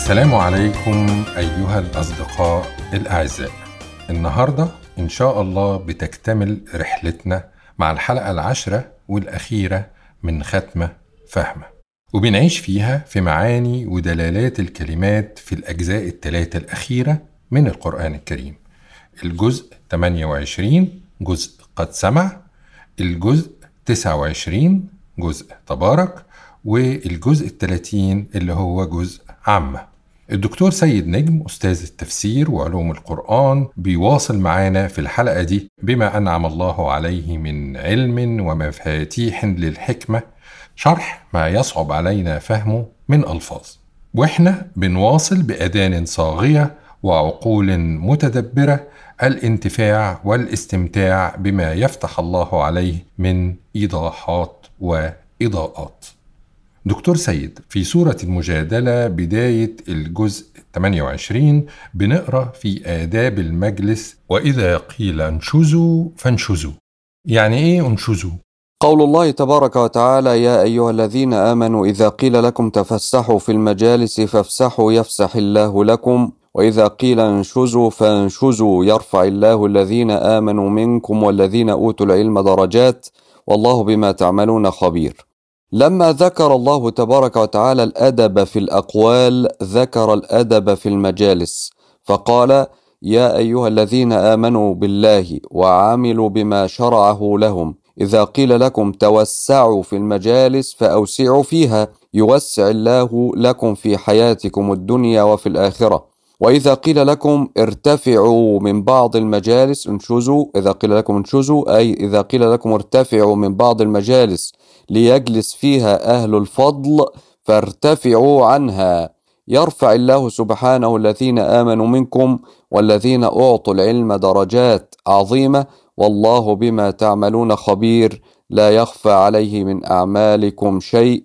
السلام عليكم أيها الأصدقاء الأعزاء. النهاردة إن شاء الله بتكتمل رحلتنا مع الحلقة 10 والأخيرة من ختمة فهمة، وبنعيش فيها في معاني ودلالات الكلمات في الأجزاء الثلاثة الأخيرة من القرآن الكريم. الجزء 28 جزء قد سمع، الجزء 29 جزء تبارك، والجزء 30 اللي هو جزء عامة. الدكتور سيد نجم أستاذ التفسير وعلوم القرآن بيواصل معانا في الحلقة دي بما أنعم الله عليه من علم ومفاتيح للحكمة، شرح ما يصعب علينا فهمه من ألفاظ، وإحنا بنواصل بأذان صاغية وعقول متدبرة الانتفاع والاستمتاع بما يفتح الله عليه من إيضاحات وإضاءات. دكتور سيد، في سورة المجادلة بداية الجزء 28 بنقرأ في آداب المجلس: وإذا قيل انشزوا فانشزوا. يعني إيه انشزوا؟ قول الله تبارك وتعالى: يا أيها الذين آمنوا إذا قيل لكم تفسحوا في المجالس فافسحوا يفسح الله لكم، وإذا قيل انشزوا فانشزوا يرفع الله الذين آمنوا منكم والذين أوتوا العلم درجات والله بما تعملون خبير. لما ذكر الله تبارك وتعالى الأدب في الأقوال ذكر الأدب في المجالس، فقال: يا أيها الذين آمنوا بالله وعملوا بما شرعه لهم إذا قيل لكم توسعوا في المجالس فأوسعوا فيها يوسع الله لكم في حياتكم الدنيا وفي الآخرة. وإذا قيل لكم ارتفعوا من بعض المجالس انشزوا، إذا قيل لكم انشزوا أي إذا قيل لكم ارتفعوا من بعض المجالس ليجلس فيها أهل الفضل فارتفعوا عنها يرفع الله سبحانه الذين آمنوا منكم والذين أعطوا العلم درجات عظيمة والله بما تعملون خبير، لا يخفى عليه من أعمالكم شيء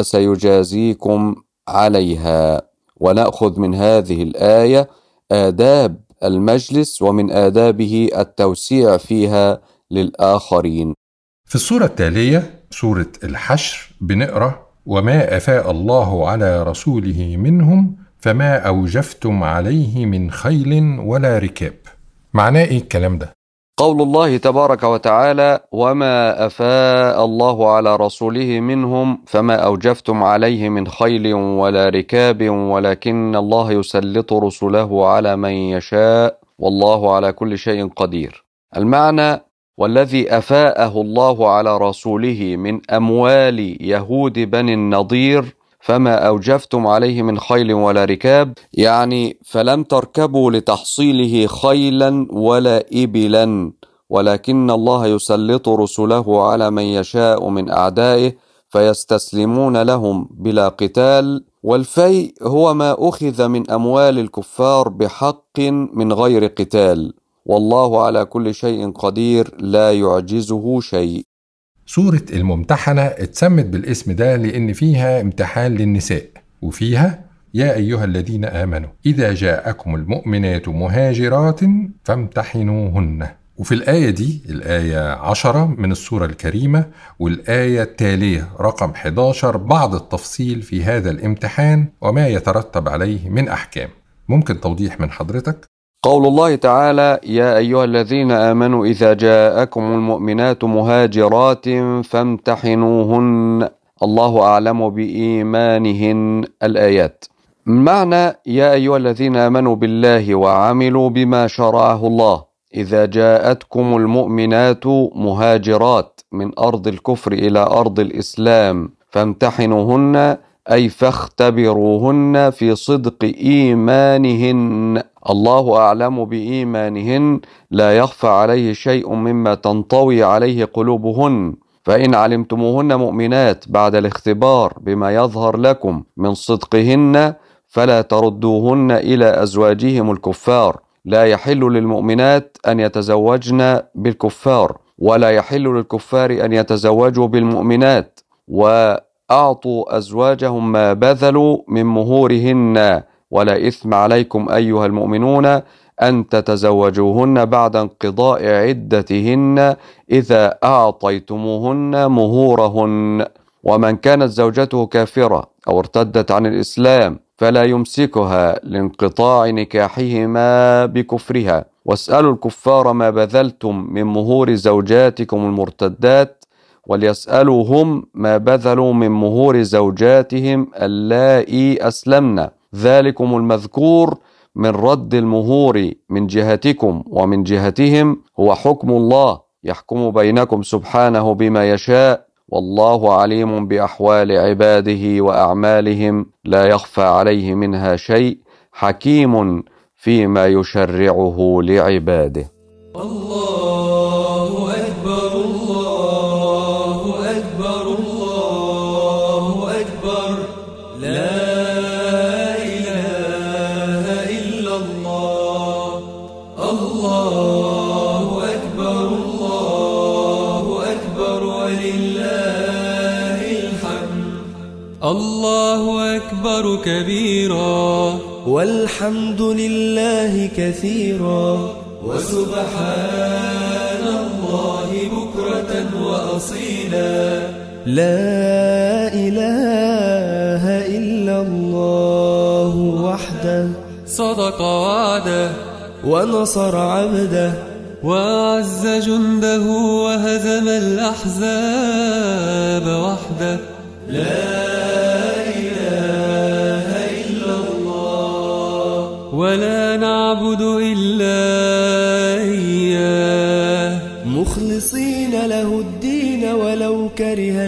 وسيجازيكم عليها. ونأخذ من هذه الآية آداب المجلس ومن آدابه التوسيع فيها للآخرين. في السورة التالية سورة الحشر بنقرأ: وما أفاء الله على رسوله منهم فما أوجفتم عليه من خيل ولا ركاب. معناه إيه الكلام ده؟ قول الله تبارك وتعالى: وما أفاء الله على رسوله منهم فما أوجفتم عليه من خيل ولا ركاب ولكن الله يسلط رسله على من يشاء والله على كل شيء قدير. المعنى: والذي أفاءه الله على رسوله من أموال يهود بني النضير فما أوجفتم عليه من خيل ولا ركاب، يعني فلم تركبوا لتحصيله خيلا ولا إبلا، ولكن الله يسلط رسله على من يشاء من أعدائه فيستسلمون لهم بلا قتال. والفيء هو ما أخذ من أموال الكفار بحق من غير قتال، والله على كل شيء قدير لا يعجزه شيء. سورة الممتحنة اتسمت بالاسم ده لأن فيها امتحان للنساء، وفيها: يا أيها الذين آمنوا إذا جاءكم المؤمنات مهاجرات فامتحنوهن. وفي الآية دي الآية 10 من السورة الكريمة والآية التالية رقم 11 بعض التفصيل في هذا الامتحان وما يترتب عليه من أحكام. ممكن توضيح من حضرتك؟ قول الله تعالى: يا أيها الذين آمنوا إذا جاءكم المؤمنات مهاجرات فامتحنوهن الله أعلم بإيمانهن. الآيات. معنى: يا أيها الذين آمنوا بالله وعملوا بما شرعه الله إذا جاءتكم المؤمنات مهاجرات من أرض الكفر إلى أرض الإسلام فامتحنوهن أي فاختبروهن في صدق إيمانهن، الله أعلم بإيمانهن لا يخفى عليه شيء مما تنطوي عليه قلوبهن، فإن علمتموهن مؤمنات بعد الاختبار بما يظهر لكم من صدقهن فلا تردوهن إلى أزواجهم الكفار. لا يحل للمؤمنات أن يتزوجن بالكفار ولا يحل للكفار أن يتزوجوا بالمؤمنات، وأعطوا أزواجهم ما بذلوا من مهورهن، ولا إثم عليكم أيها المؤمنون أن تتزوجوهن بعد انقضاء عدتهن إذا أعطيتموهن مهورهن. ومن كانت زوجته كافرة أو ارتدت عن الإسلام فلا يمسكها لانقطاع نكاحهما بكفرها. واسألوا الكفار ما بذلتم من مهور زوجاتكم المرتدات، وليسألوا هم ما بذلوا من مهور زوجاتهم اللائي أسلمن. ذلكم المذكور من رد المهور من جهتكم ومن جهتهم هو حكم الله، يحكم بينكم سبحانه بما يشاء، والله عليم بأحوال عباده وأعمالهم، لا يخفى عليه منها شيء، حكيم فيما يشرعه لعباده. الله أكبر الله أكبر الله أكبر، لا إله إلا الله. الله أكبر الله أكبر ولله الحمد. الله أكبر كبيرا والحمد لله كثيرا، وسبحان الله بكرة وأصيلا. لا إله إلا الله وحده، صدق وعده ونصر عبده، وأعز جنده وهزم الأحزاب وحده. لا إله إلا الله ولا نعبد إلا إياه، مخلصين له الدين ولو كره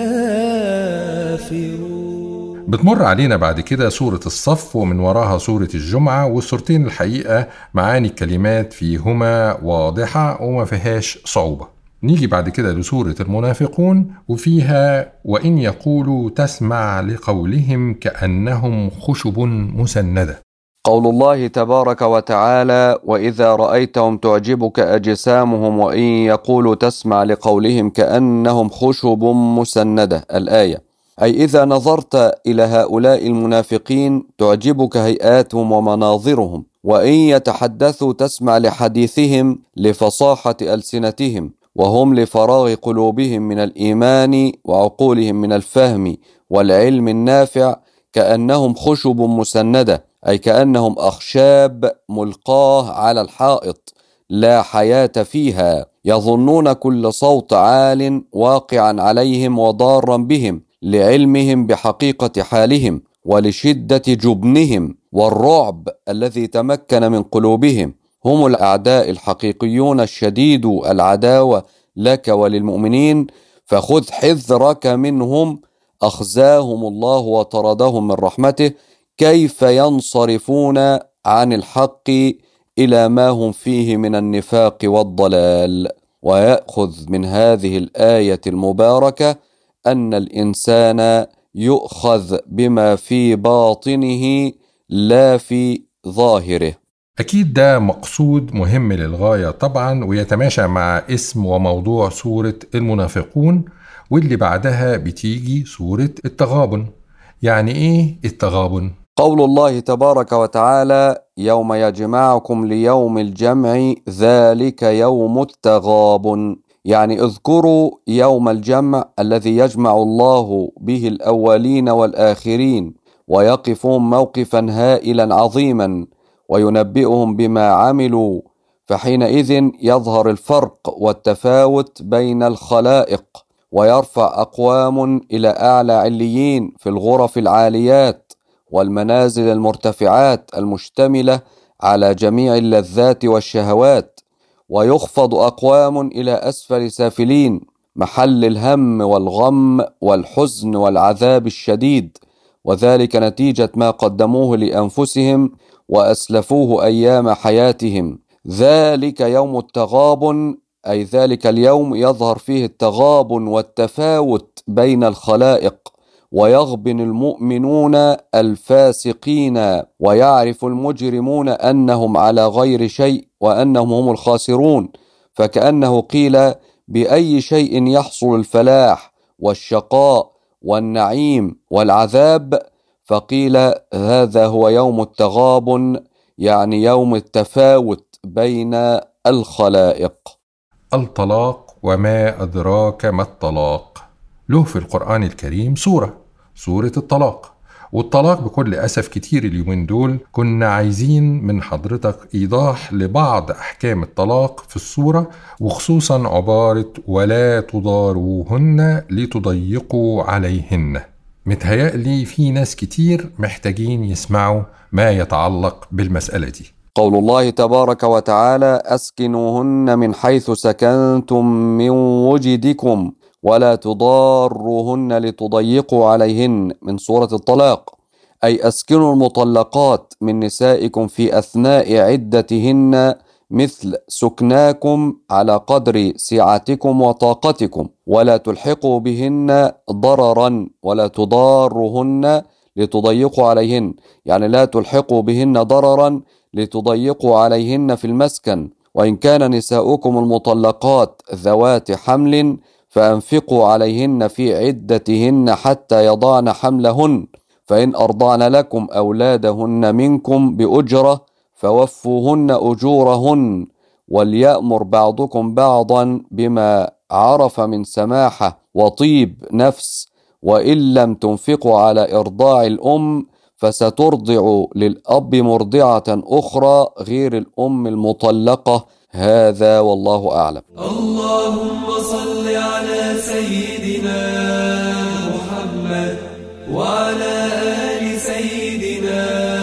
الكافرون. بتمر علينا بعد كده سورة الصف ومن وراها سورة الجمعة، والسورتين الحقيقة معاني الكلمات فيهما واضحة وما فيهاش صعوبة. نيجي بعد كده لسورة المنافقون وفيها وإن يقولوا تسمع لقولهم كأنهم خشب مسندة. قول الله تبارك وتعالى: وإذا رأيتهم تعجبك أجسامهم وإن يقولوا تسمع لقولهم كأنهم خشب مسندة. الآية، أي إذا نظرت إلى هؤلاء المنافقين تعجبك هيئاتهم ومناظرهم، وإن يتحدثوا تسمع لحديثهم لفصاحة ألسنتهم، وهم لفراغ قلوبهم من الإيمان وعقولهم من الفهم والعلم النافع كأنهم خشب مسندة، أي كأنهم أخشاب ملقاة على الحائط لا حياة فيها، يظنون كل صوت عال واقعا عليهم وضارا بهم لعلمهم بحقيقة حالهم ولشدة جبنهم والرعب الذي تمكن من قلوبهم. هم الأعداء الحقيقيون الشديد العداوة لك وللمؤمنين، فخذ حذرك منهم. أخزاهم الله وطردهم من رحمته، كيف ينصرفون عن الحق إلى ما هم فيه من النفاق والضلال. ويأخذ من هذه الآية المباركة أن الإنسان يؤخذ بما في باطنه لا في ظاهره. أكيد ده مقصود مهم للغاية طبعا، ويتماشى مع اسم وموضوع سورة المنافقون، واللي بعدها بتيجي سورة التغابن. يعني إيه التغابن؟ قول الله تبارك وتعالى: يوم يجمعكم ليوم الجمع ذلك يوم التغابن، يعني اذكروا يوم الجمع الذي يجمع الله به الأولين والآخرين، ويقفون موقفا هائلا عظيما وينبئهم بما عملوا، فحينئذ يظهر الفرق والتفاوت بين الخلائق، ويرفع أقوام إلى أعلى عليين في الغرف العاليات والمنازل المرتفعات المشتملة على جميع اللذات والشهوات، ويخفض أقوام إلى أسفل سافلين محل الهم والغم والحزن والعذاب الشديد، وذلك نتيجة ما قدموه لأنفسهم وأسلفوه أيام حياتهم. ذلك يوم التغابن، أي ذلك اليوم يظهر فيه التغابن والتفاوت بين الخلائق، ويغبن المؤمنون الفاسقين، ويعرف المجرمون أنهم على غير شيء وأنهم هم الخاسرون، فكأنه قيل: بأي شيء يحصل الفلاح والشقاء والنعيم والعذاب؟ فقيل: هذا هو يوم التغابن، يعني يوم التفاوت بين الخلائق. الطلاق وما أدراك ما الطلاق. له في القرآن الكريم سورة الطلاق، والطلاق بكل أسف كتير اليومين دول. كنا عايزين من حضرتك إيضاح لبعض أحكام الطلاق في السورة، وخصوصا عبارة ولا تضاروهن لتضيقوا عليهن. متهيألي في ناس كتير محتاجين يسمعوا ما يتعلق بالمسألة دي. قول الله تبارك وتعالى: أسكنوهن من حيث سكنتم من وجدكم ولا تضاروهن لتضيقوا عليهن، من سورة الطلاق. أي أسكنوا المطلقات من نسائكم في أثناء عدتهن مثل سكناكم على قدر سعتكم وطاقتكم، ولا تلحقوا بهن ضررا ولا تضاروهن لتضيقوا عليهن، يعني لا تلحقوا بهن ضررا لتضيقوا عليهن في المسكن. وإن كان نساؤكم المطلقات ذوات حمل فأنفقوا عليهن في عدتهن حتى يضعن حملهن، فإن أرضعن لكم أولادهن منكم بأجرة فوفوهن أجورهن، وليأمر بعضكم بعضا بما عرف من سماحة وطيب نفس، وإن لم تنفقوا على إرضاع الأم فسترضع للأب مرضعة أخرى غير الأم المطلقة. هذا والله أعلم. اللهم صل على سيدنا محمد وعلى آل سيدنا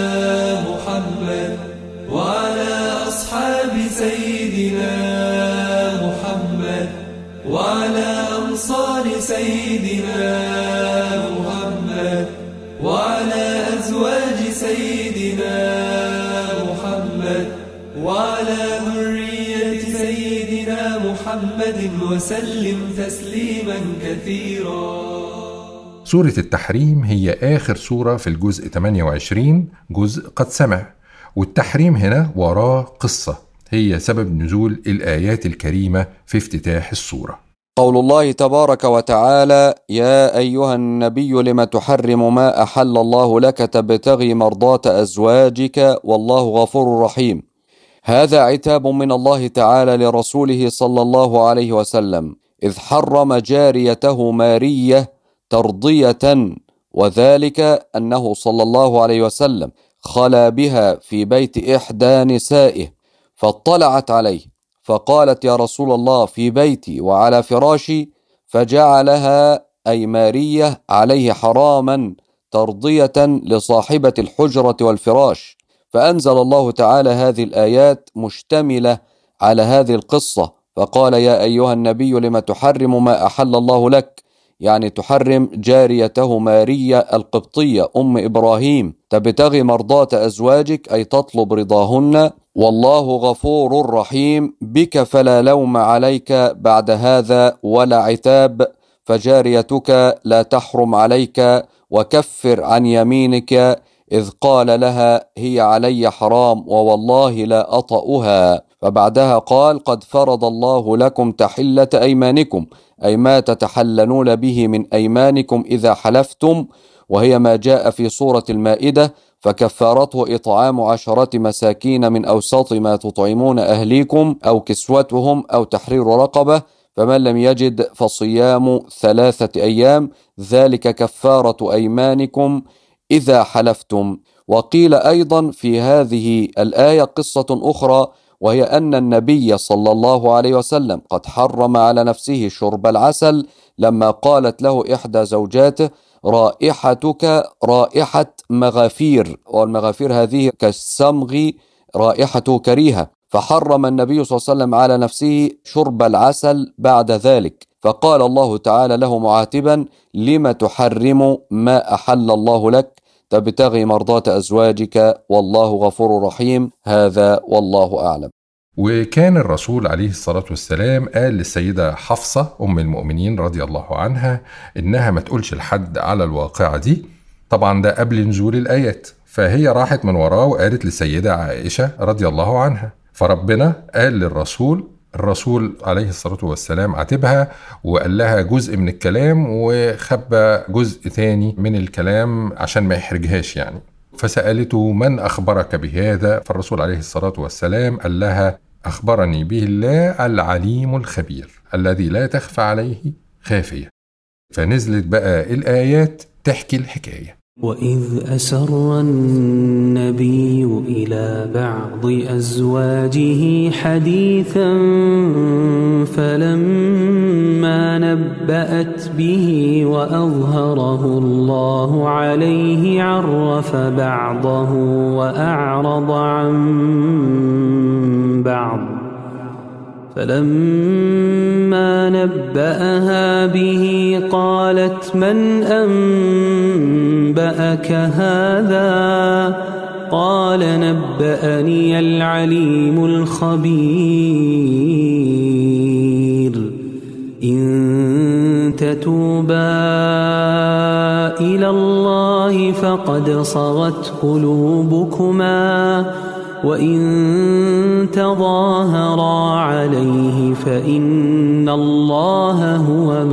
محمد وعلى أصحاب سيدنا محمد وعلى أنصار سيدنا محمد وعلى أزواج سيدنا محمد وعلى ذرية سيدنا محمد وسلم تسليما كثيرا. سورة التحريم هي آخر سورة في الجزء 28، جزء قد سمع. والتحريم هنا وراه قصة هي سبب نزول الآيات الكريمة في افتتاح السورة. قول الله تبارك وتعالى: يا أيها النبي لم تحرم ما أحل الله لك تبتغي مرضات أزواجك والله غفور رحيم. هذا عتاب من الله تعالى لرسوله صلى الله عليه وسلم، إذ حرم جاريته مارية ترضية، وذلك أنه صلى الله عليه وسلم خلا بها في بيت إحدى نسائه، فاطلعت عليه فقالت: يا رسول الله، في بيتي وعلى فراشي، فجعلها أي مارية عليه حراما ترضية لصاحبة الحجرة والفراش. فأنزل الله تعالى هذه الآيات مشتملة على هذه القصة، فقال: يا أيها النبي لم تحرم ما أحل الله لك، يعني تحرم جاريته مارية القبطية أم إبراهيم، تبتغي مرضات أزواجك أي تطلب رضاهن، والله غفور رحيم بك فلا لوم عليك بعد هذا ولا عتاب، فجاريتك لا تحرم عليك، وكفر عن يمينك إذ قال لها: هي علي حرام ووالله لا أطأها. فبعدها قال: قد فرض الله لكم تحلة أيمانكم، أي ما تتحللون به من أيمانكم إذا حلفتم، وهي ما جاء في سورة المائدة: فكفارته إطعام 10 مساكين من أوسط ما تطعمون أهليكم أو كسوتهم أو تحرير رقبة، فمن لم يجد فصيام 3 أيام، ذلك كفارة أيمانكم إذا حلفتم. وقيل أيضا في هذه الآية قصة أخرى، وهي أن النبي صلى الله عليه وسلم قد حرم على نفسه شرب العسل لما قالت له إحدى زوجاته: رائحتك رائحة مغافير، والمغافير هذه كالصمغ رائحته كريهة، فحرم النبي صلى الله عليه وسلم على نفسه شرب العسل بعد ذلك. فقال الله تعالى له معاتبا: لم تحرم ما أحل الله لك تبتغي مرضات أزواجك والله غفور رحيم. هذا والله أعلم. وكان الرسول عليه الصلاة والسلام قال للسيدة حفصة أم المؤمنين رضي الله عنها إنها ما تقولش لحد على الواقعة دي. طبعا ده قبل نزول الآيات، فهي راحت من وراه وقالت للسيدة عائشة رضي الله عنها، فربنا قال للرسول، الرسول عليه الصلاة والسلام عاتبها وقال لها جزء من الكلام وخبى جزء تاني من الكلام عشان ما يحرجهاش يعني. فسألته: من أخبرك بهذا؟ فالرسول عليه الصلاة والسلام قال لها: أخبرني به الله العليم الخبير الذي لا تخفى عليه خافية. فنزلت بقى الآيات تحكي الحكاية. وإذ أسر النبي إلى بعض أزواجه حديثا فلما نبأت به وأظهره الله عليه عرف بعضه وأعرض عن بعض فلما نبأها به قالت من أنبأك هذا قال نبأني العليم الخبير إن تتوبا إلى الله فقد صغت قلوبكما وإن تظاهرا عليه فإن الله هو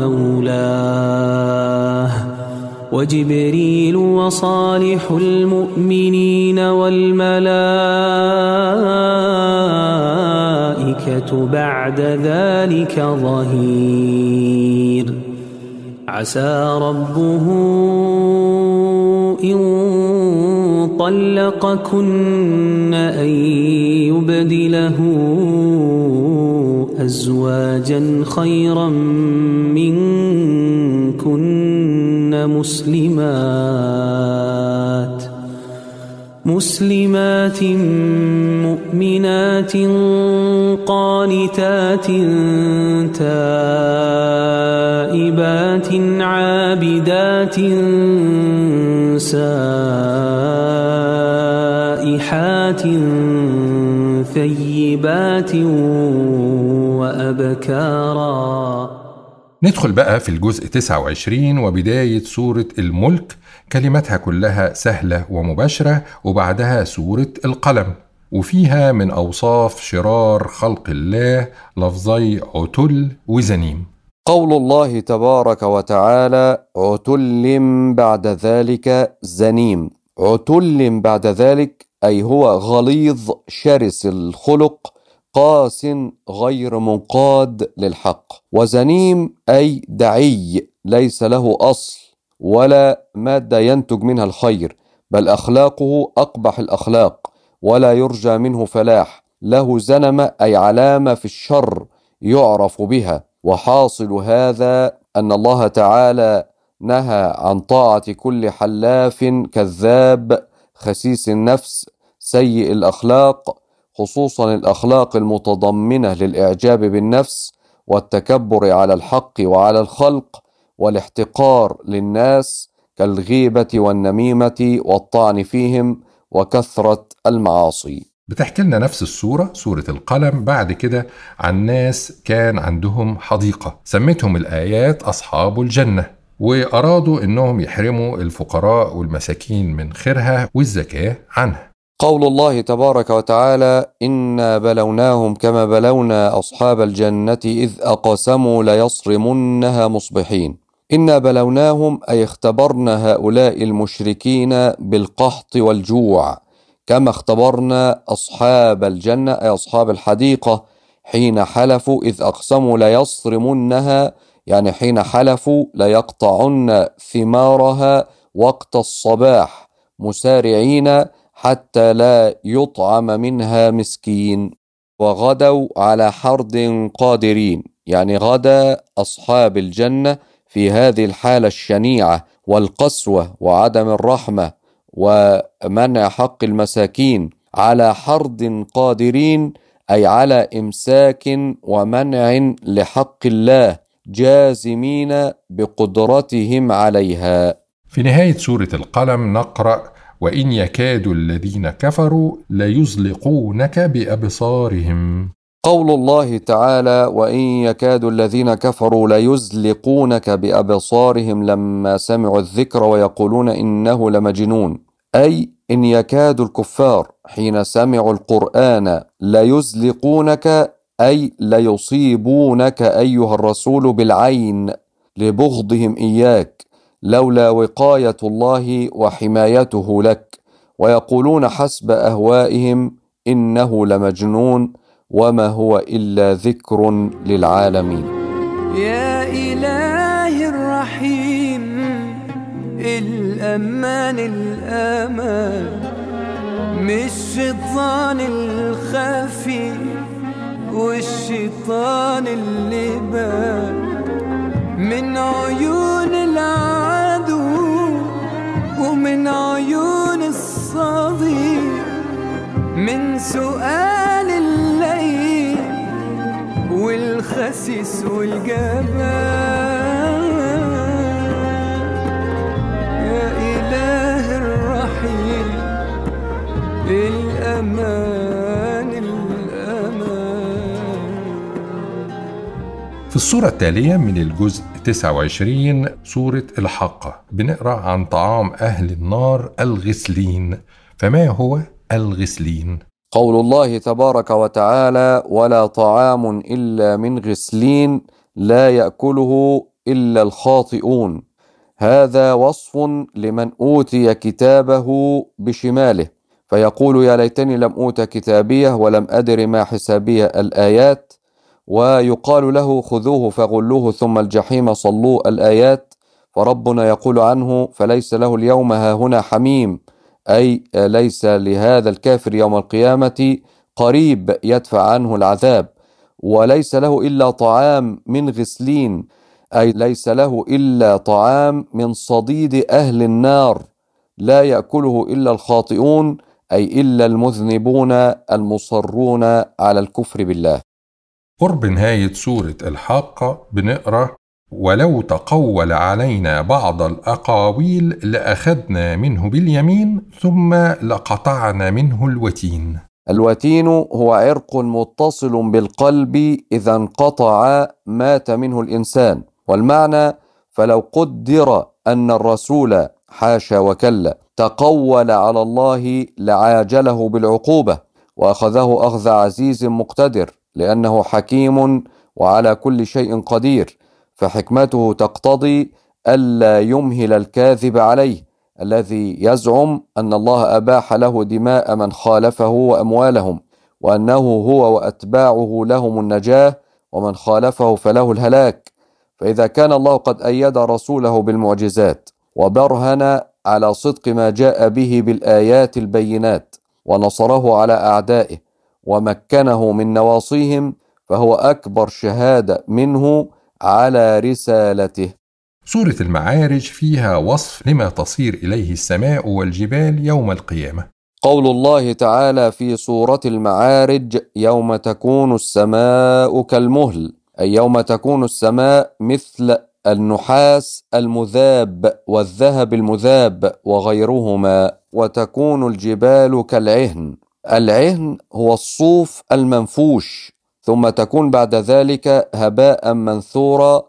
مولاه وجبريل وصالح المؤمنين والملائكة بعد ذلك ظهير عسى ربه إن طلقكن أن يبدله أزواجا خيرا منكن مسلمات مؤمنات قانتات تائبات عابدات سائحات ثيبات وأبكارا. ندخل بقى في الجزء 29 وبداية سورة الملك، كلماتها كلها سهلة ومباشرة، وبعدها سورة القلم، وفيها من أوصاف شرار خلق الله لفظي عتل وزنيم. قول الله تبارك وتعالى عتل بعد ذلك زنيم. عتل بعد ذلك أي هو غليظ شرس الخلق قاس غير منقاد للحق، وزنيم أي دعي ليس له أصل ولا مادة ينتج منها الخير، بل أخلاقه أقبح الأخلاق ولا يرجى منه فلاح، له زنمة أي علامة في الشر يعرف بها. وحاصل هذا أن الله تعالى نهى عن طاعة كل حلاف كذاب خسيس النفس سيء الأخلاق، خصوصا الأخلاق المتضمنة للإعجاب بالنفس والتكبر على الحق وعلى الخلق والاحتقار للناس كالغيبة والنميمة والطعن فيهم وكثرة المعاصي. بتحكي لنا نفس السورة، سورة القلم، بعد كده عن ناس كان عندهم حديقة سمتهم الآيات أصحاب الجنة، وأرادوا أنهم يحرموا الفقراء والمساكين من خيرها والزكاة عنها. قول الله تبارك وتعالى إنا بلوناهم كما بلونا أصحاب الجنة إذ أقسموا ليصرمنها مصبحين. إنا بلوناهم أي اختبرنا هؤلاء المشركين بالقحط والجوع كما اختبرنا أصحاب الجنة أي أصحاب الحديقة حين حلفوا إذ أقسموا ليصرمنها، يعني حين حلفوا ليقطعن ثمارها وقت الصباح مسارعين حتى لا يطعم منها مسكين. وغدوا على حرد قادرين، يعني غدا أصحاب الجنة في هذه الحالة الشنيعة والقسوة وعدم الرحمة ومنع حق المساكين على حرد قادرين، أي على إمساك ومنع لحق الله جازمين بقدرتهم عليها. في نهاية سورة القلم نقرأ وإن يكاد الذين كفروا ليزلقونك بأبصارهم. قول الله تعالى وإن يكاد الذين كفروا ليزلقونك بأبصارهم لما سمعوا الذكر ويقولون إنه لمجنون، أي إن يكاد الكفار حين سمعوا القرآن ليزلقونك أي ليصيبونك أيها الرسول بالعين لبغضهم إياك لولا وقاية الله وحمايته لك، ويقولون حسب أهوائهم إنه لمجنون وما هو إلا ذكر للعالمين. يا إله الرحيم الأمان الأمان مش الشيطان الخفي والشيطان اللي بان من عيون العدو ومن عيون الصديق، من سؤال الليل والخسيس والجبان. يا إله الرحيم الأمان الأمان. في الصورة التالية من الجزء 29 سورة الحاقة بنقرأ عن طعام أهل النار الغسلين. فما هو الغسلين؟ قول الله تبارك وتعالى: ولا طعام إلا من غسلين لا يأكله إلا الخاطئون. هذا وصف لمن أوتي كتابه بشماله فيقول: يا ليتني لم أوت كتابيه ولم أدر ما حسابيه، الآيات. ويقال له: خذوه فغلوه ثم الجحيم صلوه، الآيات. فربنا يقول عنه: فليس له اليوم هاهنا حميم، أي ليس لهذا الكافر يوم القيامة قريب يدفع عنه العذاب. وليس له إلا طعام من غسلين، أي ليس له إلا طعام من صديد أهل النار لا يأكله إلا الخاطئون، أي إلا المذنبون المصرون على الكفر بالله. قرب نهاية سورة الحاقة بنقرأ: ولو تقول علينا بعض الأقاويل لأخذنا منه باليمين ثم لقطعنا منه الوتين. الوتين هو عرق متصل بالقلب، إذا انقطع مات منه الإنسان. والمعنى: فلو قدر أن الرسول حاشا وكلا تقول على الله لعاجله بالعقوبة وأخذه أخذ عزيز مقتدر، لأنه حكيم وعلى كل شيء قدير، فحكمته تقتضي ألا يمهل الكاذب عليه الذي يزعم أن الله أباح له دماء من خالفه وأموالهم، وأنه هو وأتباعه لهم النجاة، ومن خالفه فله الهلاك. فإذا كان الله قد أيد رسوله بالمعجزات وبرهن على صدق ما جاء به بالآيات البينات ونصره على أعدائه ومكنه من نواصيهم، فهو أكبر شهادة منه على رسالته. سورة المعارج فيها وصف لما تصير إليه السماء والجبال يوم القيامة. قول الله تعالى في سورة المعارج: يوم تكون السماء كالمهل، أي يوم تكون السماء مثل النحاس المذاب والذهب المذاب وغيرهما، وتكون الجبال كالعهن. العهن هو الصوف المنفوش، ثم تكون بعد ذلك هباء منثورا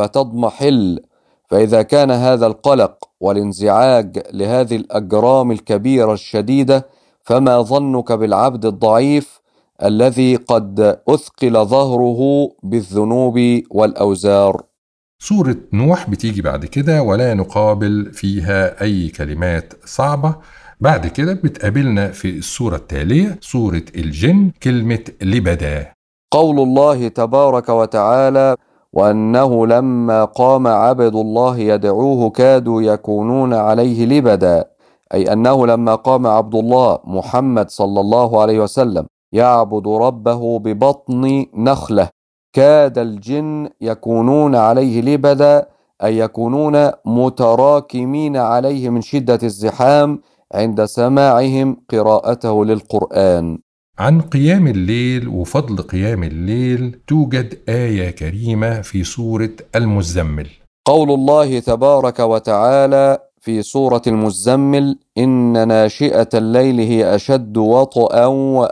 فتضمحل. فإذا كان هذا القلق والانزعاج لهذه الأجرام الكبيرة الشديدة، فما ظنك بالعبد الضعيف الذي قد أثقل ظهره بالذنوب والأوزار. سورة نوح بتيجي بعد كده ولا نقابل فيها أي كلمات صعبة. بعد كده بتقابلنا في السورة التالية سورة الجن كلمة لبدا. قول الله تبارك وتعالى: وأنه لما قام عبد الله يدعوه كادوا يكونون عليه لبدا، أي أنه لما قام عبد الله محمد صلى الله عليه وسلم يعبد ربه ببطن نخلة، كاد الجن يكونون عليه لبدا، أي يكونون متراكمين عليه من شدة الزحام عند سماعهم قراءته للقرآن. عن قيام الليل وفضل قيام الليل توجد آية كريمة في سورة المزمل. قول الله تبارك وتعالى في سورة المزمل: إن ناشئة الليل هي أشد وطئا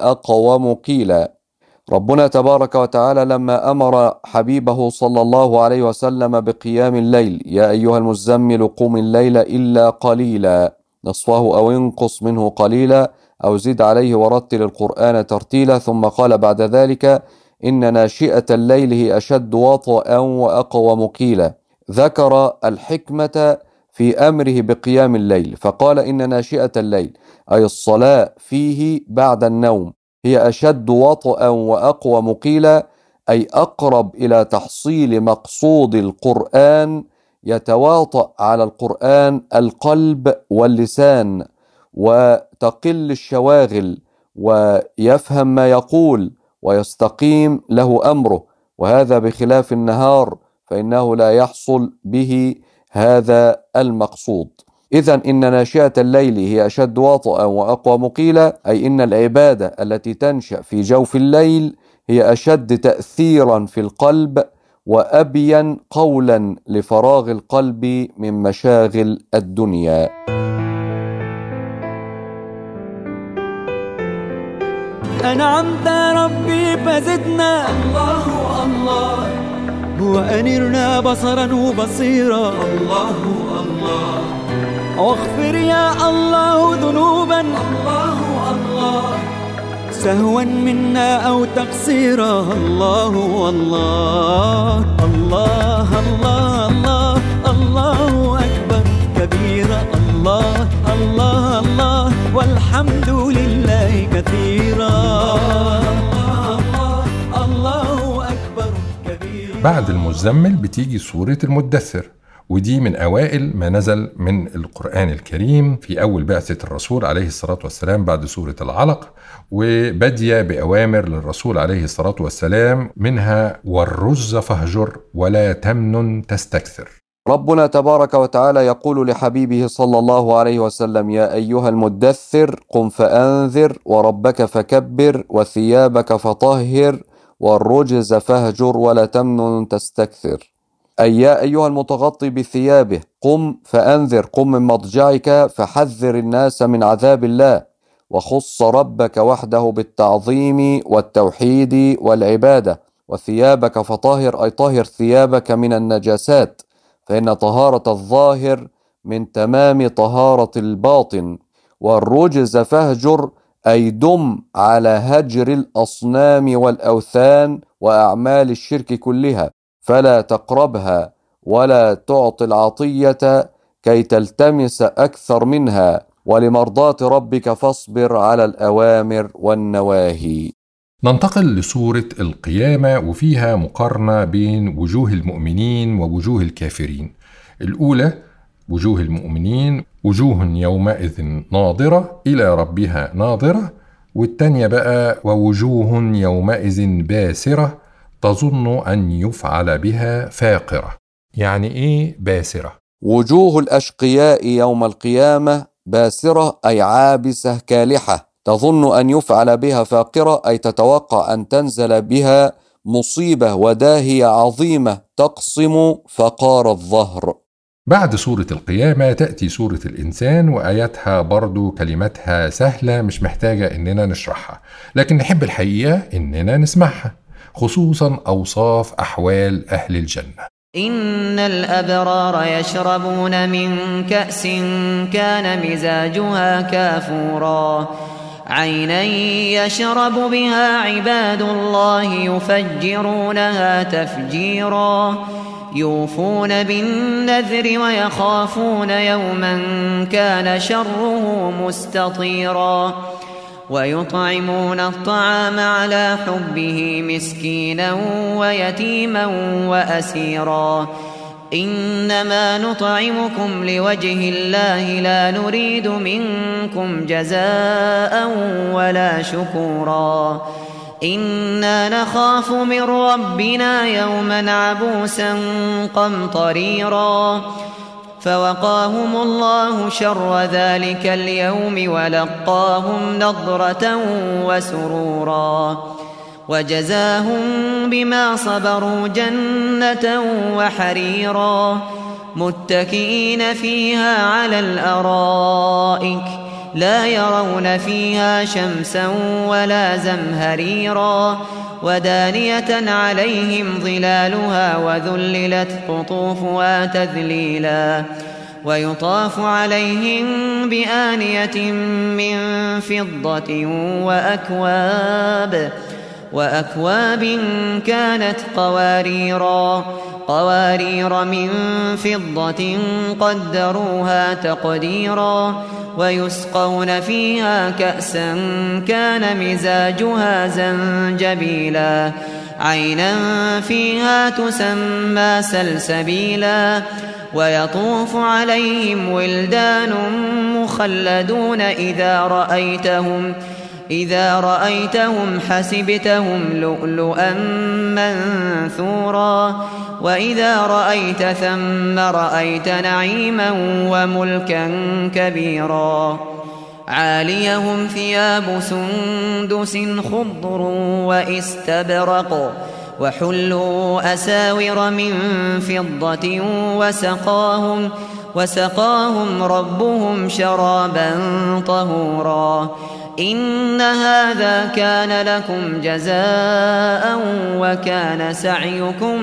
وأقوم قيلا. ربنا تبارك وتعالى لما أمر حبيبه صلى الله عليه وسلم بقيام الليل: يا أيها المزمل قم الليل إلا قليلا نصفه أو انقص منه قليلا أو زد عليه ورتل القرآن ترتيلا. ثم قال بعد ذلك: إن ناشئة الليل هي أشد وطئا وأقوم قيلا. ذكر الحكمة في أمره بقيام الليل، فقال: إن ناشئة الليل أي الصلاة فيه بعد النوم هي أشد وطئا وأقوم قيلا، أي أقرب إلى تحصيل مقصود القرآن يتواطأ على القرآن القلب واللسان، وتقل الشواغل، ويفهم ما يقول، ويستقيم له أمره، وهذا بخلاف النهار فإنه لا يحصل به هذا المقصود. إذن إن ناشئة الليل هي أشد وطئا وأقوى مقيلة، أي إن العبادة التي تنشأ في جوف الليل هي أشد تأثيرا في القلب وأبين قولا لفراغ القلب من مشاغل الدنيا. أنعمت ربي فزدنا الله الله، وأنرنا بصرا وبصيرا الله الله، واغفر يا الله ذنوبا الله الله، سهوا منا أو تقصيرا الله الله الله الله الله الله أكبر كبيرا الله الله الله، والحمد لله كثيرا الله الله أكبر كبيرا. بعد المزمل بتيجي سورة المدثر، ودي من أوائل ما نزل من القرآن الكريم في أول بعثة الرسول عليه الصلاة والسلام بعد سورة العلق، وبدية بأوامر للرسول عليه الصلاة والسلام، منها والرز فاهجر ولا تمنن تستكثر. ربنا تبارك وتعالى يقول لحبيبه صلى الله عليه وسلم: يا أيها المدثر قم فأنذر وربك فكبر وثيابك فطهر والرجز فاهجر ولا تمنن تستكثر. أي يا أيها المتغطي بثيابه قم فأنذر، قم من مضجعك فحذر الناس من عذاب الله، وخص ربك وحده بالتعظيم والتوحيد والعبادة. وثيابك فطهر، أي طهر ثيابك من النجاسات، فإن طهارة الظاهر من تمام طهارة الباطن. والرجز فاهجر، أي دم على هجر الأصنام والأوثان وأعمال الشرك كلها، فلا تقربها ولا تعطي العطية كي تلتمس أكثر منها، ولمرضاة ربك فاصبر على الأوامر والنواهي. ننتقل لسورة القيامة، وفيها مقارنة بين وجوه المؤمنين ووجوه الكافرين. الأولى وجوه المؤمنين وجوه يومئذ ناظرة إلى ربها ناظرة، والتانية بقى ووجوه يومئذ باسرة تظن أن يفعل بها فاقرة. يعني إيه باسرة؟ وجوه الأشقياء يوم القيامة باسرة، أي عابسة كالحة، تظن أن يفعل بها فاقرة، أي تتوقع أن تنزل بها مصيبة وداهية عظيمة تقصم فقار الظهر. بعد سورة القيامة تأتي سورة الإنسان، وآياتها برضو كلماتها سهلة مش محتاجة إننا نشرحها، لكن نحب الحقيقة إننا نسمعها، خصوصا أوصاف أحوال أهل الجنة. إن الأبرار يشربون من كأس كان مزاجها كافورا، عينا يشرب بها عباد الله يفجرونها تفجيرا، يوفون بالنذر ويخافون يوما كان شره مستطيرا، ويطعمون الطعام على حبه مسكينا ويتيما وأسيرا، إنما نطعمكم لوجه الله لا نريد منكم جزاء ولا شكورا، إنا نخاف من ربنا يوما عبوسا قمطريرا، فوقاهم الله شر ذلك اليوم ولقاهم نضرة وسرورا، وجزاهم بما صبروا جنة وحريرا، متكئين فيها على الأرائك لا يرون فيها شمسا ولا زمهريرا، ودانية عليهم ظلالها وذللت قطوفها تذليلا، ويطاف عليهم بآنية من فضة وأكواب كانت قوارير من فضة قدروها تقديرا، ويسقون فيها كأسا كان مزاجها زنجبيلا، عينا فيها تسمى سلسبيلا، ويطوف عليهم ولدان مخلدون إذا رأيتهم حسبتهم لؤلؤا منثورا وإذا رأيت ثم رأيت نعيما وملكا كبيرا عاليهم ثياب سندس خضر واستبرق وحلوا أساور من فضة وسقاهم ربهم شرابا طهورا إن هذا كان لكم جزاء وكان سعيكم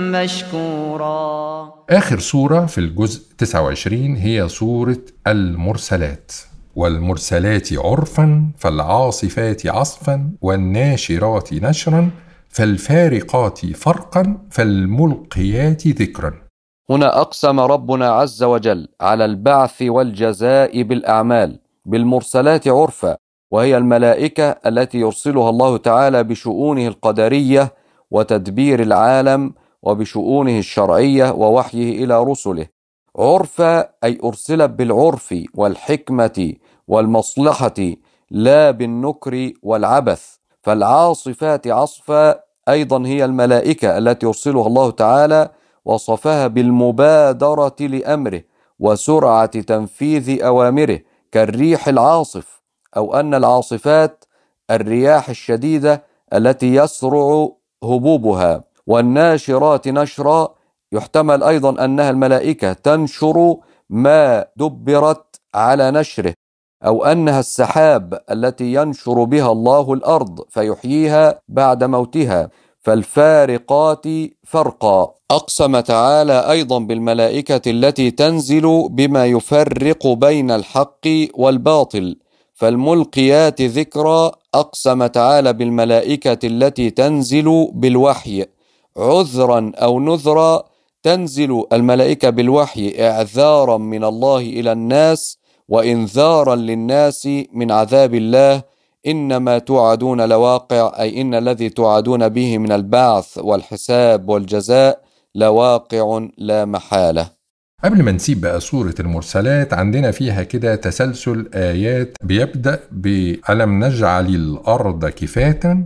مشكورا. آخر سورة في الجزء 29 هي سورة المرسلات. والمرسلات عرفا فالعاصفات عصفا والناشرات نشرا فالفارقات فرقا فالملقيات ذكرا. هنا أقسم ربنا عز وجل على البعث والجزاء بالأعمال بالمرسلات عرفا، وهي الملائكة التي يرسلها الله تعالى بشؤونه القدرية وتدبير العالم وبشؤونه الشرعية ووحيه إلى رسله. عرفا أي أرسلت بالعرف والحكمة والمصلحة لا بالنكر والعبث. فالعاصفات عصفا أيضا هي الملائكة التي يرسلها الله تعالى، وصفها بالمبادرة لأمره وسرعة تنفيذ أوامره كالريح العاصف، أو أن العاصفات الرياح الشديدة التي يسرع هبوبها. والناشرات نشرا يحتمل أيضا أنها الملائكة تنشر ما دبرت على نشره، أو أنها السحاب التي ينشر بها الله الأرض فيحييها بعد موتها. فالفارقات فرقا. أقسم تعالى أيضا بالملائكة التي تنزل بما يفرق بين الحق والباطل. فالملقيات ذكرا أقسم تعالى بالملائكة التي تنزل بالوحي عذرا أو نذرا. تنزل الملائكة بالوحي إعذارا من الله إلى الناس وإنذارا للناس من عذاب الله. إنما توعدون لواقع، أي إن الذي توعدون به من البعث والحساب والجزاء لواقع لا محالة. قبل ما نسيب بقى سورة المرسلات، عندنا فيها كده تسلسل آيات بيبدأ بألم نجعل الأرض كفاة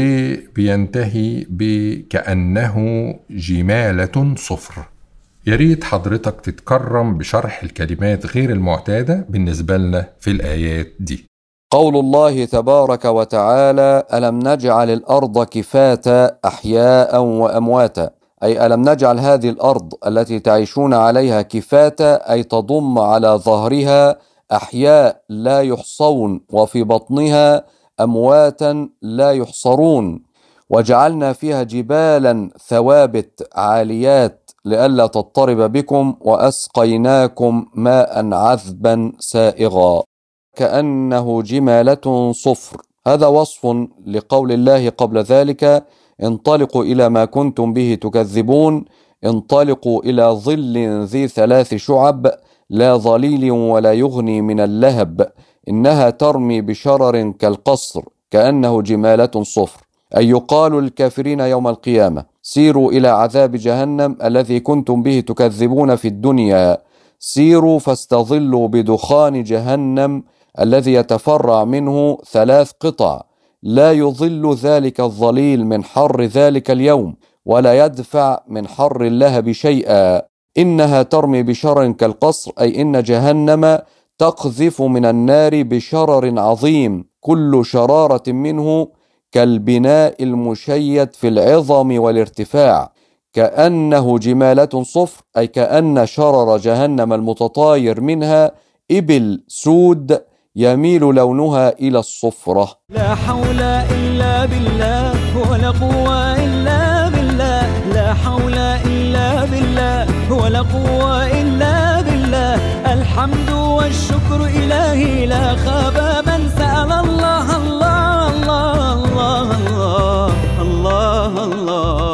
وبينتهي بكأنه جمالة صفر. ياريت حضرتك تتكرم بشرح الكلمات غير المعتادة بالنسبة لنا في الآيات دي. قول الله تبارك وتعالى: ألم نجعل الأرض كفاة أحياء وأمواتا، أي ألم نجعل هذه الأرض التي تعيشون عليها كفاة، أي تضم على ظهرها أحياء لا يحصون وفي بطنها أمواتا لا يحصرون، وجعلنا فيها جبالا ثوابت عاليات لئلا تضطرب بكم، وأسقيناكم ماء عذبا سائغا كأنه جمالة صفر. هذا وصف لقول الله قبل ذلك: انطلقوا إلى ما كنتم به تكذبون، انطلقوا إلى ظل ذي 3 شعب لا ظليل ولا يغني من اللهب، إنها ترمي بشرر كالقصر كأنه جمالة صفر. أي يقال للكافرين يوم القيامة: سيروا إلى عذاب جهنم الذي كنتم به تكذبون في الدنيا، سيروا فاستظلوا بدخان جهنم الذي يتفرع منه 3 قطع، لا يظل ذلك الظليل من حر ذلك اليوم ولا يدفع من حر اللهب شيئا. إنها ترمي بشرر كالقصر، أي إن جهنم تقذف من النار بشرر عظيم، كل شرارة منه كالبناء المشيد في العظم والارتفاع، كأنه جمالة صفر، أي كأن شرر جهنم المتطاير منها إبل سود يميل لونها إلى الصفرة. لا حول إلا بالله ولا قوة إلا بالله، لا حول إلا بالله ولا قوة إلا بالله. الحمد والشكر إلهي لا خاب من سأل الله. الله الله الله الله الله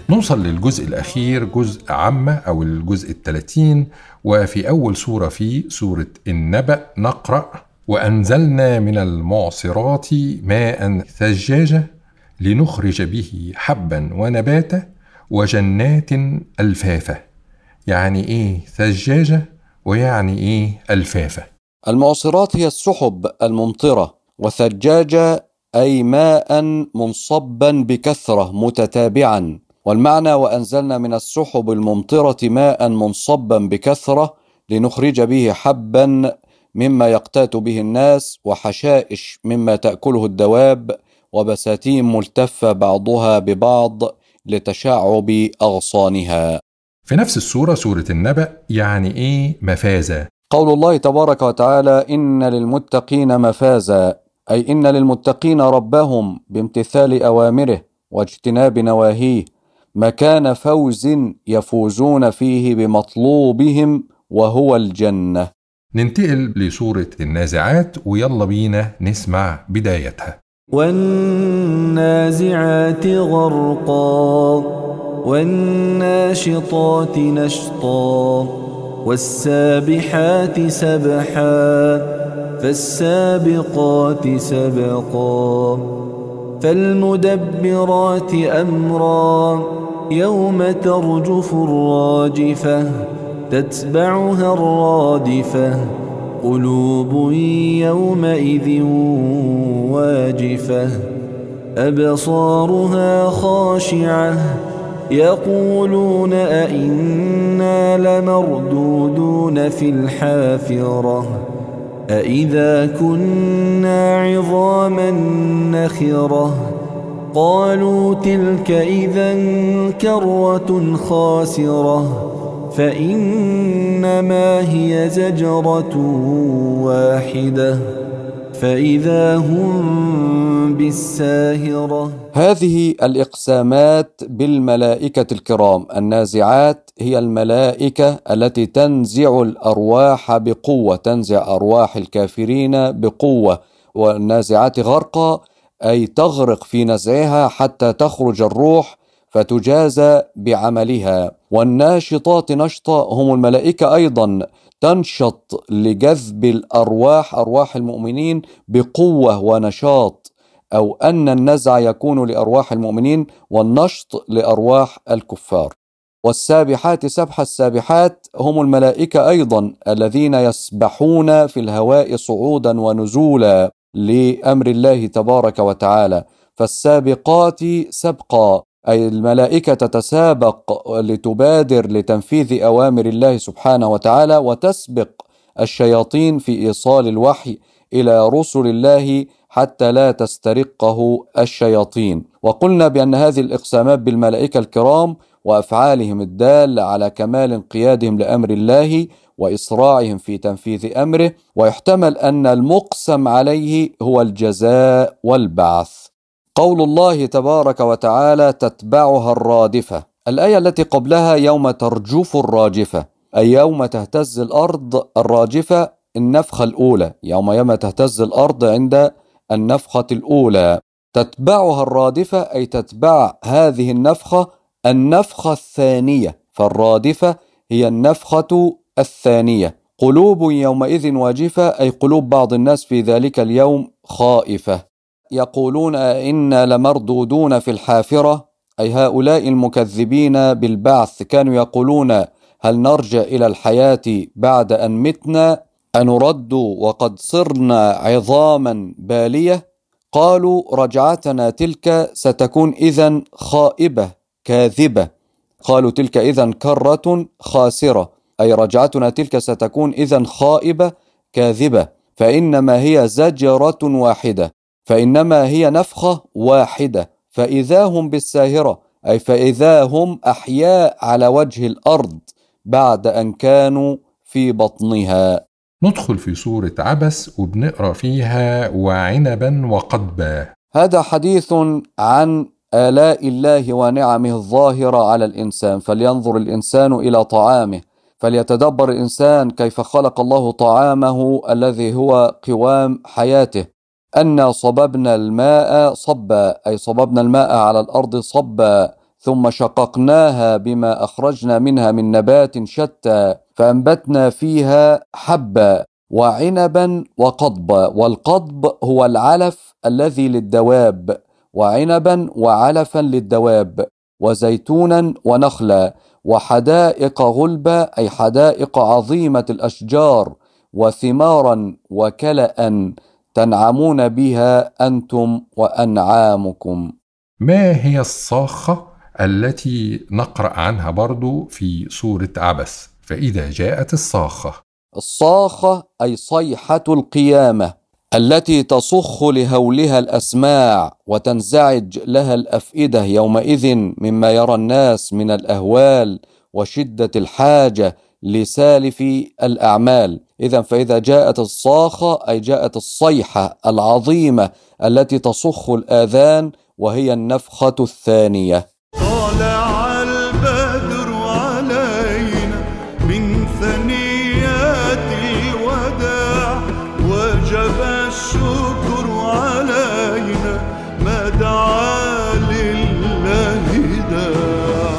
نوصل للجزء الأخير، جزء عامة أو الجزء 30، وفي أول سورة فيه سورة النبأ نقرأ: وأنزلنا من المعصرات ماء ثجاجا لنخرج به حبا ونباتا وجنات ألفافا. يعني إيه ثجاجة ويعني إيه ألفافا؟ المعصرات هي السحب الممطرة، وثجاجة أي ماء منصبا بكثرة متتابعا. والمعنى وأنزلنا من السحب الممطرة ماء منصبا بكثرة لنخرج به حبا مما يقتات به الناس، وحشائش مما تأكله الدواب، وبساتين ملتفة بعضها ببعض لتشعب أغصانها. في نفس السورة، سورة النبأ، يعني إيه مفازة؟ قول الله تبارك وتعالى: إن للمتقين مفازا، أي إن للمتقين ربهم بامتثال أوامره واجتناب نواهيه مكان فوز يفوزون فيه بمطلوبهم وهو الجنة. ننتقل لسورة النازعات، ويلا بينا نسمع بدايتها. والنازعات غرقا والناشطات نشطا والسابحات سبحا فالسابقات سبقا فالمدبرات أمرا يوم ترجف الراجفة تتبعها الرادفة قلوب يومئذ واجفة أبصارها خاشعة يقولون أئنا لمردودون في الحافرة أئذا كنا عظاما نخرة قالوا تلك إذا كرة خاسرة فإنما هي زجرة واحدة فإذا هم بالساهرة. هذه الإقسامات بالملائكة الكرام. النازعات هي الملائكة التي تنزع الأرواح بقوة، تنزع أرواح الكافرين بقوة. والنازعات غرقا أي تغرق في نزعها حتى تخرج الروح فتجازى بعملها. والناشطات نشطا هم الملائكة أيضا تنشط لجذب الأرواح، أرواح المؤمنين، بقوة ونشاط، أو أن النزع يكون لأرواح المؤمنين والنشط لأرواح الكفار. والسابحات سبح، السابحات هم الملائكة أيضا الذين يسبحون في الهواء صعودا ونزولا لأمر الله تبارك وتعالى. فالسابقات سبقا أي الملائكة تتسابق لتبادر لتنفيذ أوامر الله سبحانه وتعالى، وتسبق الشياطين في إيصال الوحي إلى رسل الله حتى لا تسترقه الشياطين. وقلنا بأن هذه الإقسامات بالملائكة الكرام وأفعالهم الدالة على كمال انقيادهم لأمر الله وإسراعهم في تنفيذ أمره، ويحتمل أن المقسم عليه هو الجزاء والبعث. قول الله تبارك وتعالى: تتبعها الرادفة. الآية التي قبلها: يوم ترجف الراجفة، أي يوم تهتز الأرض. الراجفة النفخة الأولى، يوم تهتز الأرض عند النفخة الأولى. تتبعها الرادفة أي تتبع هذه النفخة الثانية، فالرادفة هي النفخة الثانية. قلوب يومئذ واجفة أي قلوب بعض الناس في ذلك اليوم خائفة. يقولون إنا لمردودون في الحافرة، أي هؤلاء المكذبين بالبعث كانوا يقولون: هل نرجع إلى الحياة بعد أن متنا أنرد وقد صرنا عظاما بالية؟ قالوا رجعتنا تلك ستكون إذن خائبة كاذبة. قالوا تلك إذن كرة خاسرة، أي رجعتنا تلك ستكون إذن خائبة كاذبة. فإنما هي زجرة واحدة، فإنما هي نفخة واحدة، فإذا هم بالساهرة، أي فإذا هم أحياء على وجه الأرض بعد أن كانوا في بطنها. ندخل في سورة عبس وبنقرأ فيها: وعنبا وقضبا. هذا حديث عن آلاء الله ونعمه الظاهرة على الإنسان. فلينظر الإنسان إلى طعامه، فليتدبر الإنسان كيف خلق الله طعامه الذي هو قوام حياته. أنا صببنا الماء صبا، أي صببنا الماء على الأرض صبا، ثم شققناها بما أخرجنا منها من نبات شتى فأنبتنا فيها حبا وعنبا وقضبا. والقضب هو العلف الذي للدواب، وعنبا وعلفا للدواب، وزيتونا ونخلا، وحدائق غلبا أي حدائق عظيمة الأشجار، وثمارا وكلأ تنعمون بها أنتم وأنعامكم. ما هي الصاخة التي نقرأ عنها برضو في سورة عبس؟ فإذا جاءت الصاخة. الصاخة أي صيحة القيامة التي تصخ لهولها الأسماع وتنزعج لها الأفئدة يومئذ مما يرى الناس من الأهوال وشدة الحاجة لسالف الأعمال. فإذا جاءت الصاخة أي جاءت الصيحة العظيمة التي تصخ الآذان، وهي النفخة الثانية. طلع البدر علينا من ثنيات الوداع، وجب الشكر علينا ما دعا لله داع.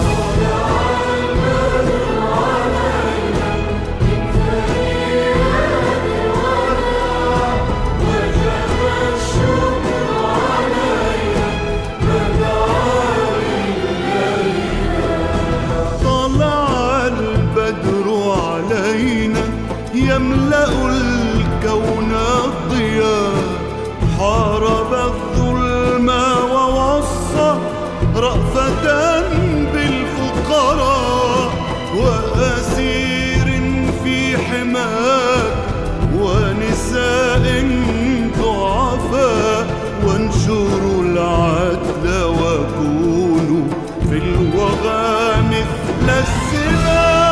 يملأ الكون الضياء، حارب الظلم ووصى رأفة بالفقراء، وأسير في حماك ونساء ضعفاء، وانشروا العدل وكونوا في الوغى مثل السباع.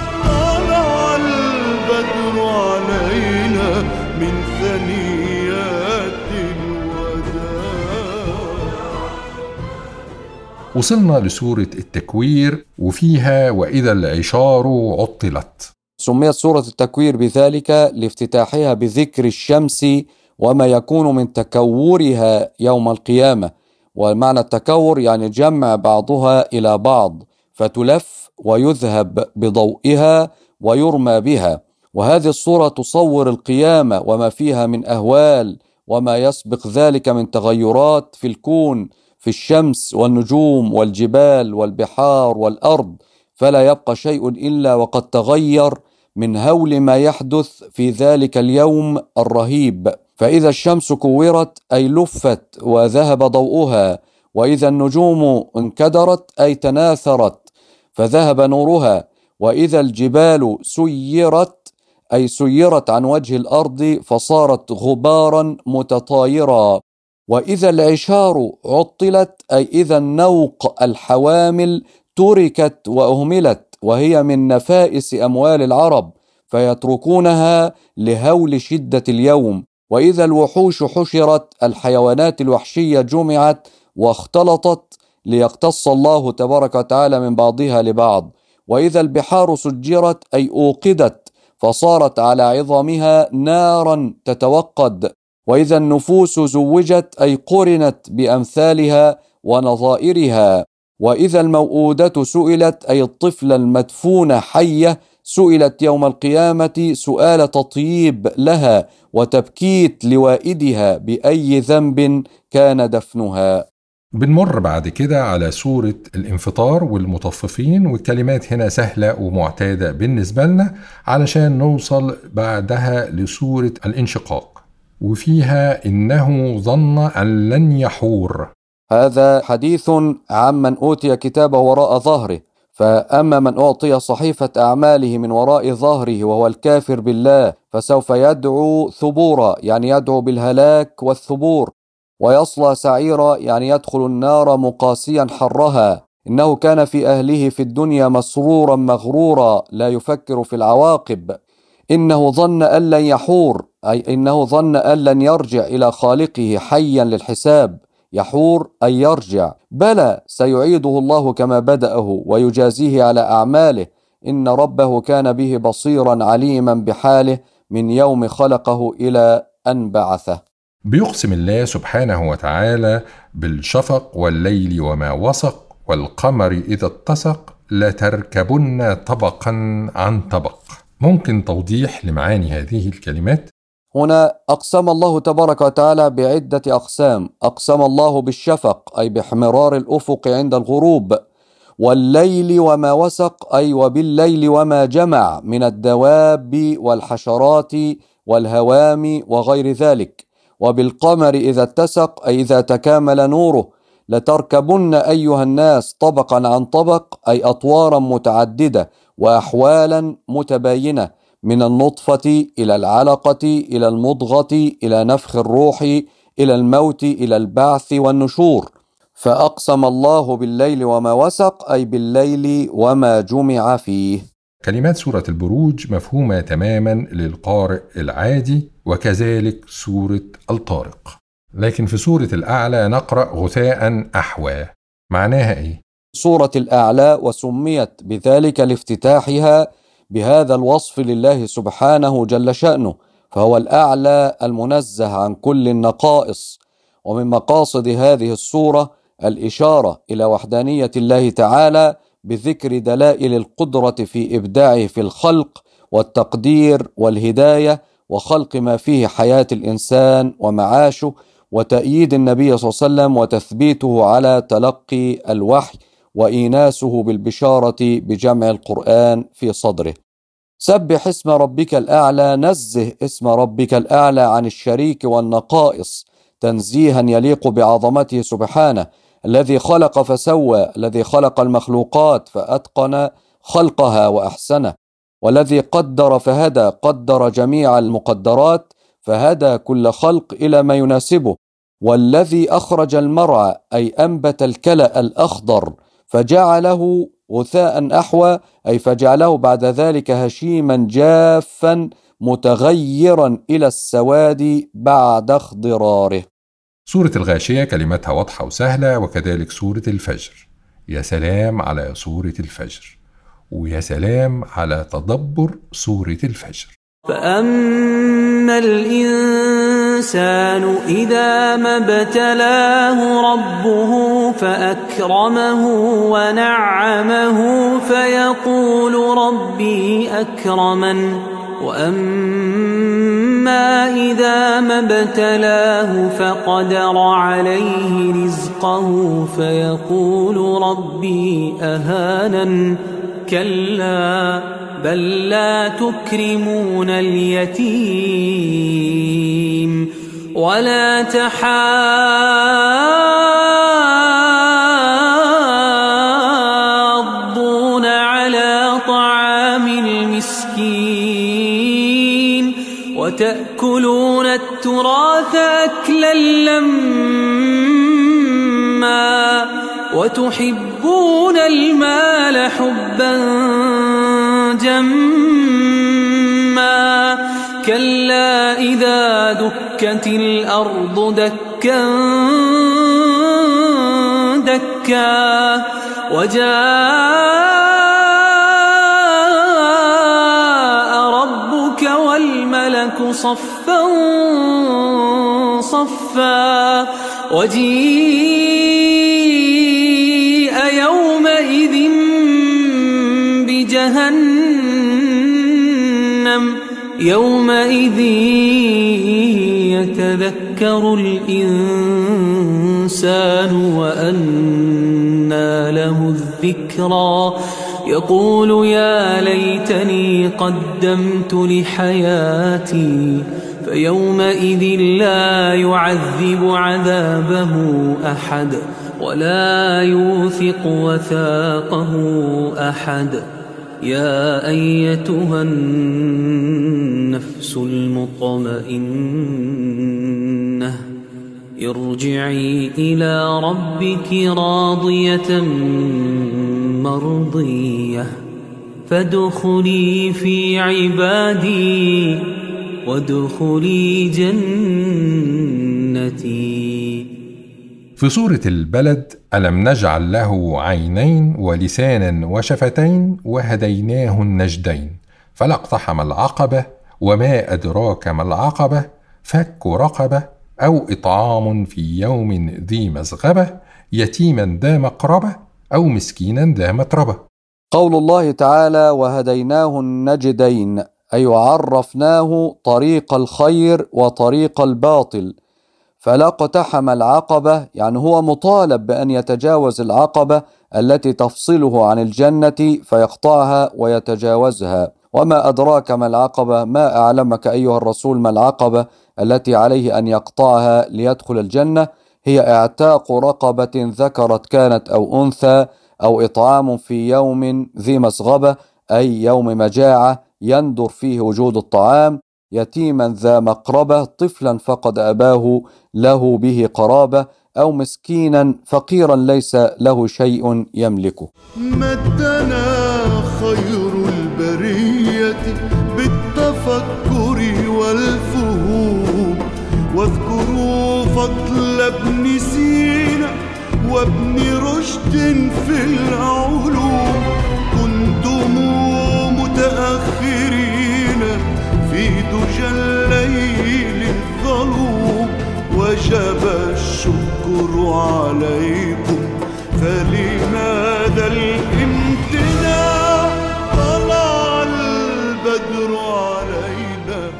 البدر علينا من ثنيات الوداع. وصلنا لسورة التكوير، وفيها وإذا العشار عطلت. سميت سورة التكوير بذلك لافتتاحها بذكر الشمس وما يكون من تكورها يوم القيامة. ومعنى التكور يعني جمع بعضها إلى بعض فتلف ويذهب بضوئها ويرمى بها. وهذه الصورة تصور القيامة وما فيها من أهوال وما يسبق ذلك من تغيرات في الكون، في الشمس والنجوم والجبال والبحار والأرض، فلا يبقى شيء إلا وقد تغير من هول ما يحدث في ذلك اليوم الرهيب. فإذا الشمس كورت أي لفت وذهب ضوءها، وإذا النجوم انكدرت أي تناثرت فذهب نورها، وإذا الجبال سيرت أي سيرت عن وجه الأرض فصارت غبارا متطايرا، وإذا العشار عطلت أي إذا النوق الحوامل تركت وأهملت، وهي من نفائس أموال العرب فيتركونها لهول شدة اليوم. وإذا الوحوش حشرت الحيوانات الوحشية جمعت واختلطت ليقتص الله تبارك وتعالى من بعضها لبعض. وإذا البحار سجرت أي أوقدت فصارت على عظامها نارا تتوقد. وإذا النفوس زوجت أي قرنت بأمثالها ونظائرها. وإذا الموءودة سئلت أي الطفلة المدفونة حية سئلت يوم القيامة سؤال تطيب لها وتبكيت لوائدها بأي ذنب كان دفنها. بنمر بعد كده على سورة الانفطار والمطففين، والكلمات هنا سهلة ومعتادة بالنسبة لنا علشان نوصل بعدها لسورة الانشقاق، وفيها إنه ظن أن لن يحور. هذا حديث عمن أوتي كتابه وراء ظهره، فأما من أعطي صحيفة أعماله من وراء ظهره وهو الكافر بالله فسوف يدعو ثبورا، يعني يدعو بالهلاك والثبور، ويصلى سعيرا، يعني يدخل النار مقاسيا حرها. إنه كان في أهله في الدنيا مسرورا مغرورا لا يفكر في العواقب. إنه ظن أن لن يحور أي إنه ظن أن لن يرجع إلى خالقه حيا للحساب. يحور أي يرجع. بلى سيعيده الله كما بدأه ويجازيه على أعماله. إن ربه كان به بصيرا عليما بحاله من يوم خلقه إلى أن بعثه. بيقسم الله سبحانه وتعالى بالشفق والليل وما وسق، والقمر إذا اتسق لتركبن طبقا عن طبق. ممكن توضيح لمعاني هذه الكلمات؟ هنا أقسم الله تبارك وتعالى بعدة أقسام. أقسم الله بالشفق أي باحمرار الأفق عند الغروب، والليل وما وسق أي وبالليل وما جمع من الدواب والحشرات والهوام وغير ذلك، وبالقمر إذا اتسق أي إذا تكامل نوره. لتركبن أيها الناس طبقا عن طبق أي أطوارا متعددة وأحوالا متباينة، من النطفة إلى العلقة إلى المضغة إلى نفخ الروح إلى الموت إلى البعث والنشور. فأقسم الله بالليل وما وسق أي بالليل وما جمع فيه. كلمات سورة البروج مفهومة تماما للقارئ العادي، وكذلك سورة الطارق. لكن في سورة الأعلى نقرأ غثاء أحوى. معناها إيه؟ سورة الأعلى وسميت بذلك لافتتاحها بهذا الوصف لله سبحانه جل شأنه، فهو الأعلى المنزه عن كل النقائص. ومن مقاصد هذه السورة الإشارة إلى وحدانية الله تعالى بذكر دلائل القدرة في إبداعه في الخلق والتقدير والهداية وخلق ما فيه حياة الإنسان ومعاشه، وتأييد النبي صلى الله عليه وسلم وتثبيته على تلقي الوحي وإيناسه بالبشارة بجمع القرآن في صدره. سبح اسم ربك الأعلى، نزه اسم ربك الأعلى عن الشريك والنقائص تنزيها يليق بعظمته سبحانه، الذي خلق فسوى، الذي خلق المخلوقات فأتقن خلقها وأحسنه، والذي قدر فهدى، قدر جميع المقدرات فهدى كل خلق إلى ما يناسبه، والذي أخرج المرعى أي أنبت الكلأ الأخضر فجعله غثاء أحوى أي فجعله بعد ذلك هشيما جافا متغيرا إلى السواد بعد اخضراره. سورة الغاشية كلماتها واضحة وسهلة، وكذلك سورة الفجر. يا سلام على سورة الفجر، ويا سلام على تدبر سورة الفجر. فأما الإنسان إذا ما ابتلاه ربه فأكرمه ونعمه فيقول ربي أكرمن، وأما إذا ما ابتلاه فقدر عليه رزقه فيقول ربي أهانن. كلا بل لا تكرمون اليتيم ولا تحاضون على طعام المسكين وتأكلون التراث أكلا لما وتحبون المال حبا جما. كلا إذا دكت الأرض دكا دكا وجاء ربك والملك صفا صفا وجيء يومئذ بجهنم يومئذ يتذكر الإنسان وأنى له الذكرى يقول يا ليتني قدمت لحياتي فيومئذ لا يعذب عذابه أحد ولا يوثق وثاقه أحد. يا أيتها النفس المطمئنة ارجعي إلى ربك راضية مرضية فادخلي في عبادي وادخلي جنتي. في سورة البلد ألم نجعل له عينين ولسانا وشفتين وهديناه النجدين فلا اقتحم العقبة وما أدراك ما العقبة فك رقبة أو إطعام في يوم ذي مسغبة يتيما ذا مقربة أو مسكينا ذا متربة. قول الله تعالى: وهديناه النجدين، أي عرفناه طريق الخير وطريق الباطل، فلا اقتحم العقبة، يعني هو مطالب بأن يتجاوز العقبة التي تفصله عن الجنة فيقطعها ويتجاوزها. وما أدراك ما العقبة؟ ما أعلمك أيها الرسول ما العقبة التي عليه أن يقطعها ليدخل الجنة؟ هي اعتاق رقبة ذكرت كانت أو أنثى، أو إطعام في يوم ذي مسغبة، أي يوم مجاعة يندر فيه وجود الطعام، يتيما ذا مقربة، طفلا فقد أباه له به قرابة، أو مسكينا فقيرا ليس له شيء يملكه. مدنا خير البرية بالتفكر والفهوم، واذكروا فضل ابن سينا وابن رشد في العلوم. كنتم متأخرين في دجى الليل الظلوم، وجب الشكر عليكم، فلماذا الامتناع؟ طلع البدر علينا.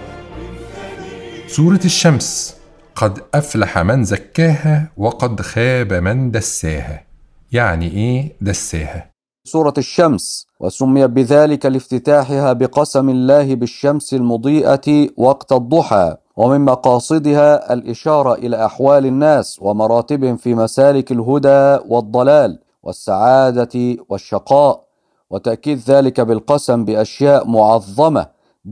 سورة الشمس: قد أفلح من زكاها وقد خاب من دساها. يعني إيه دساها؟ سورة الشمس، وسميت بذلك لافتتاحها بقسم الله بالشمس المضيئة وقت الضحى، ومن مقاصدها الإشارة إلى أحوال الناس ومراتبهم في مسالك الهدى والضلال والسعادة والشقاء، وتأكيد ذلك بالقسم بأشياء معظمة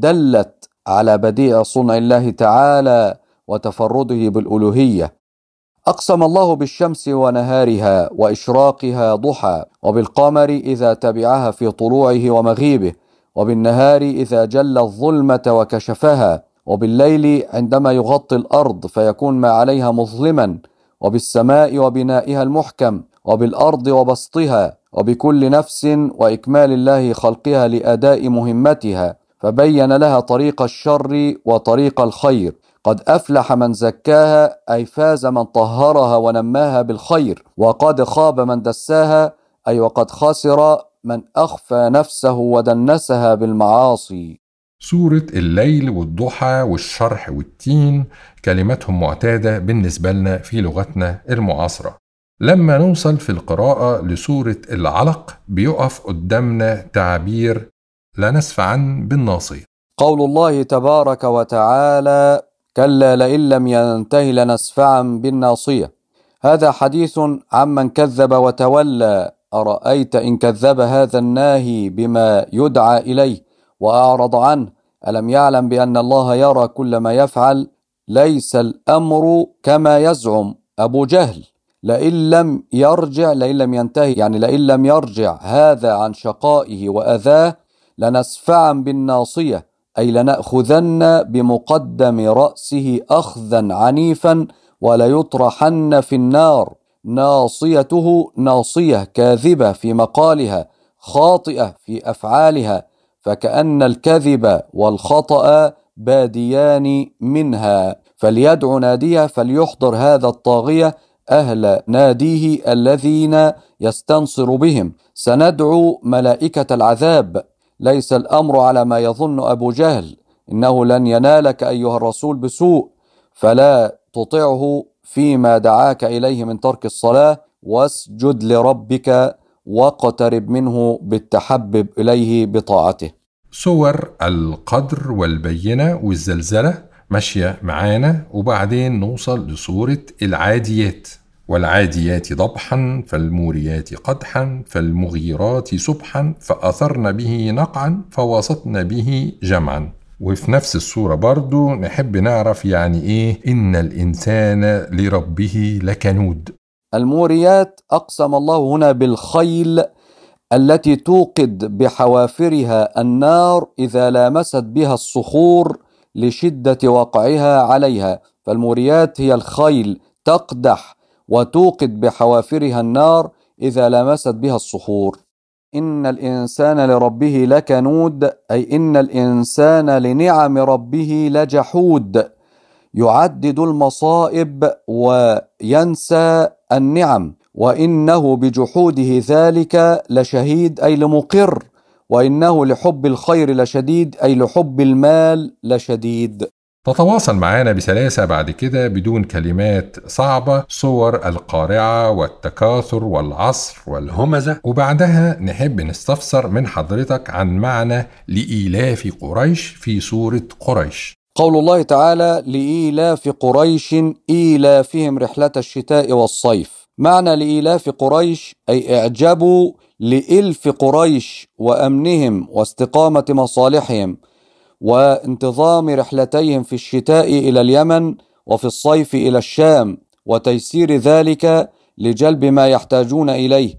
دلت على بديع صنع الله تعالى وتفرده بالألوهية. أقسم الله بالشمس ونهارها وإشراقها ضحى، وبالقمر إذا تبعها في طلوعه ومغيبه، وبالنهار إذا جل الظلمة وكشفها، وبالليل عندما يغطي الأرض فيكون ما عليها مظلما، وبالسماء وبنائها المحكم، وبالأرض وبسطها، وبكل نفس وإكمال الله خلقها لأداء مهمتها، فبين لها طريق الشر وطريق الخير. قد أفلح من زكاها، أي فاز من طهرها ونماها بالخير، وقد خاب من دساها، أي وقد خسر من أخفى نفسه ودنسها بالمعاصي. سورة الليل والضحى والشرح والتين كلماتهم معتادة بالنسبة لنا في لغتنا المعاصرة. لما نوصل في القراءة لسورة العلق بيقف قدامنا تعبير لنسفعن بالناصية. قول الله تبارك وتعالى: كلا لئن لم ينته لنسفعا بالناصية. هذا حديث عمن كذب وتولى. أرأيت إن كذب هذا الناهي بما يدعى إليه وأعرض عنه، ألم يعلم بأن الله يرى كل ما يفعل؟ ليس الأمر كما يزعم أبو جهل. لئن لم يرجع، لئن لم ينتهي، يعني لئن لم يرجع هذا عن شقائه وأذاه لنسفعا بالناصية، أي لنأخذن بمقدم رأسه أخذا عنيفا وليطرحن في النار. ناصيته ناصية، كاذبة في مقالها، خاطئة في أفعالها، فكأن الكذب والخطأ باديان منها. فليدعو ناديها فليحضر هذا الطاغية أهل ناديه الذين يستنصر بهم. سندعو ملائكة العذاب. ليس الأمر على ما يظن أبو جهل، إنه لن ينالك أيها الرسول بسوء، فلا تطعه فيما دعاك إليه من ترك الصلاة، واسجد لربك واقترب منه بالتحبب إليه بطاعته. سور القدر والبينة والزلزلة ماشية معانا، وبعدين نوصل لسورة العاديات: والعاديات ضبحا فالموريات قدحا فالمغيرات سبحا فأثرن به نقعا فوسطن به جمعا. وفي نفس السورة برضو نحب نعرف يعني إيه إن الإنسان لربه لكنود. الموريات أقسم الله هنا بالخيل التي توقد بحوافرها النار إذا لامست بها الصخور لشدة وقعها عليها. فالموريات هي الخيل تقدح وتوقد بحوافرها النار إذا لامست بها الصخور. إن الإنسان لربه لكنود، أي إن الإنسان لنعم ربه لجحود، يعدد المصائب وينسى النعم، وإنه بجحوده ذلك لشهيد أي لمقر، وإنه لحب الخير لشديد أي لحب المال لشديد. تتواصل معانا بسلاسة بعد كده بدون كلمات صعبة صور القارعة والتكاثر والعصر والهمزة، وبعدها نحب نستفسر من حضرتك عن معنى لإيلاف قريش في سورة قريش. قول الله تعالى: لإيلاف قريش إيلافهم رحلة الشتاء والصيف. معنى لإيلاف قريش أي إعجبوا لإلف قريش وأمنهم واستقامة مصالحهم وانتظام رحلتيهم في الشتاء إلى اليمن وفي الصيف إلى الشام، وتيسير ذلك لجلب ما يحتاجون إليه.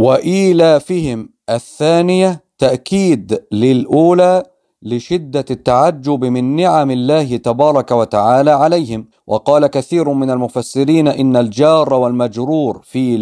وإيلافهم الثانية تأكيد للأولى لشدة التعجب من نعم الله تبارك وتعالى عليهم. وقال كثير من المفسرين إن الجار والمجرور في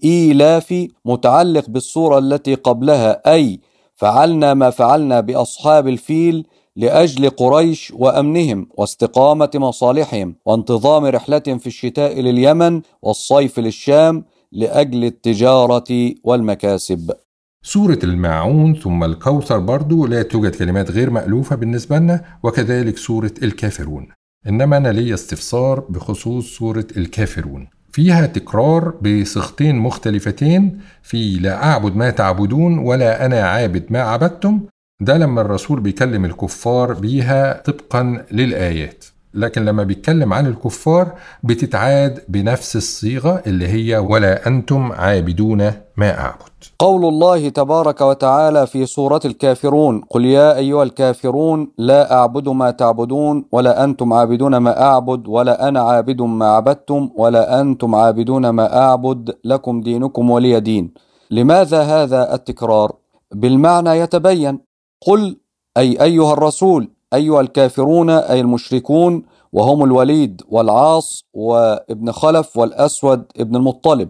لإيلاف متعلق بالسورة التي قبلها، أي فعلنا ما فعلنا بأصحاب الفيل لأجل قريش وأمنهم واستقامة مصالحهم وانتظام رحلتهم في الشتاء لليمن والصيف للشام لأجل التجارة والمكاسب. سورة الماعون ثم الكوثر برضو لا توجد كلمات غير مألوفة بالنسبة لنا، وكذلك سورة الكافرون. إنما أنا لي استفسار بخصوص سورة الكافرون، فيها تكرار بصيغتين مختلفتين في لا أعبد ما تعبدون ولا أنا عابد ما عبدتم. ده لما الرسول بيكلم الكفار بيها طبقا للآيات، لكن لما بيتكلم عن الكفار بتتعاد بنفس الصيغة اللي هي ولا أنتم عابدون ما أعبد. قول الله تبارك وتعالى في سورة الكافرون: قل يا أيها الكافرون لا أعبد ما تعبدون ولا أنتم عابدون ما أعبد ولا أنا عابد ما عبدتم ولا أنتم عابدون ما أعبد لكم دينكم ولي دين. لماذا هذا التكرار؟ بالمعنى يتبين. قل أي أيها الرسول، أيها الكافرون أي المشركون، وهم الوليد والعاص وابن خلف والأسود ابن المطلب.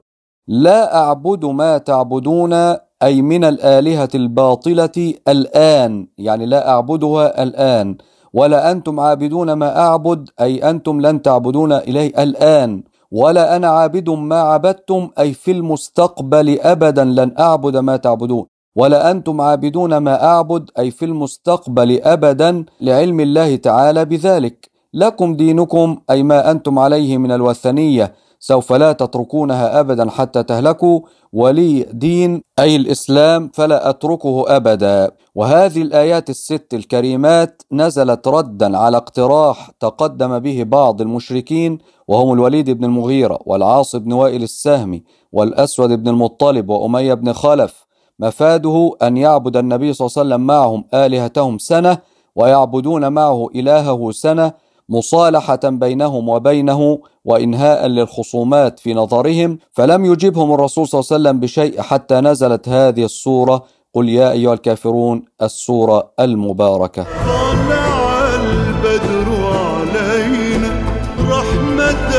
لا أعبد ما تعبدون أي من الآلهة الباطلة الآن، يعني لا أعبدها الآن. ولا أنتم عابدون ما أعبد أي أنتم لن تعبدون إليه الآن. ولا أنا عابد ما عبدتم أي في المستقبل أبدا لن أعبد ما تعبدون. ولا أنتم عابدون ما أعبد أي في المستقبل أبدا لعلم الله تعالى بذلك. لكم دينكم أي ما أنتم عليه من الوثنية سوف لا تتركونها أبدا حتى تهلكوا، ولي دين أي الإسلام فلا أتركه أبدا. وهذه الآيات الست الكريمات نزلت ردا على اقتراح تقدم به بعض المشركين، وهم الوليد بن المغيرة والعاص بن وائل السهمي والأسود بن المطلب وأمية بن خلف. مفاده أن يعبد النبي صلى الله عليه وسلم معهم آلهتهم سنة ويعبدون معه إلهه سنة، مصالحة بينهم وبينه وإنهاء للخصومات في نظرهم. فلم يجبهم الرسول صلى الله عليه وسلم بشيء حتى نزلت هذه السورة: قل يا أيها الكافرون، السورة المباركة. طلع البدر علينا رحمة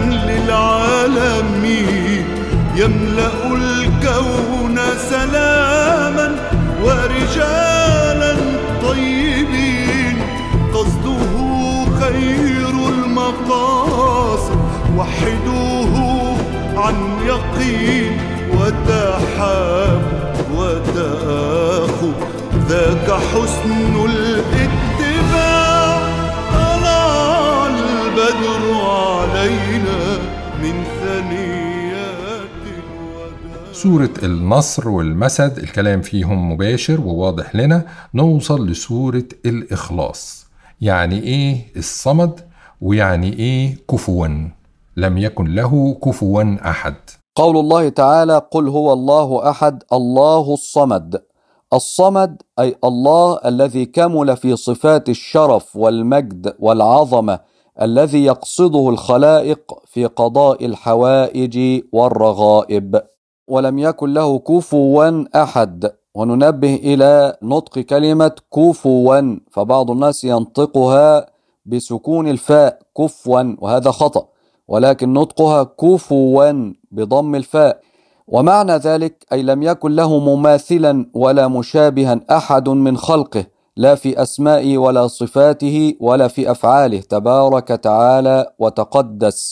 للعالمين، يملأ الكون سلاما ورجالا طيبين، قصده خير المقاصد، وحدوه عن يقين، وتحاب وتآخوا ذاك حسن الاتباع. طلع البدر علينا من ثنيات الوداع. سورة النصر والمسد الكلام فيهم مباشر وواضح لنا. نوصل لسورة الإخلاص. يعني إيه الصمد؟ ويعني إيه كفوا؟ لم يكن له كفوا أحد. قول الله تعالى: قل هو الله أحد الله الصمد. الصمد أي الله الذي كمل في صفات الشرف والمجد والعظمة، الذي يقصده الخلائق في قضاء الحوائج والرغائب. ولم يكن له كفوا أحد. وننبه إلى نطق كلمة كفوا، فبعض الناس ينطقها بسكون الفاء كفوا، وهذا خطأ، ولكن نطقها كفوا بضم الفاء. ومعنى ذلك أي لم يكن له مماثلا ولا مشابها أحد من خلقه، لا في أسمائه ولا صفاته ولا في أفعاله، تبارك تعالى وتقدس.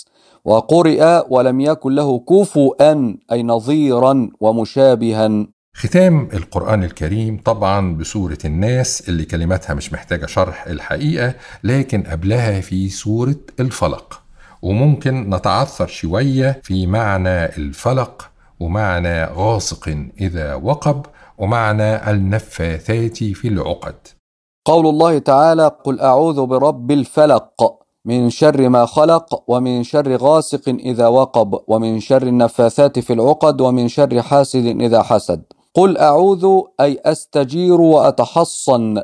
وقرئ ولم يكن له كفوا أي نظيرا ومشابها. ختام القرآن الكريم طبعا بسورة الناس اللي كلماتها مش محتاجة شرح الحقيقة، لكن قبلها في سورة الفلق، وممكن نتعثر شوية في معنى الفلق ومعنى غاسق إذا وقب ومعنى النفاثات في العقد. قول الله تعالى: قل أعوذ برب الفلق من شر ما خلق ومن شر غاسق إذا وقب ومن شر النفاثات في العقد ومن شر حاسد إذا حسد. قل أعوذ أي أستجير وأتحصن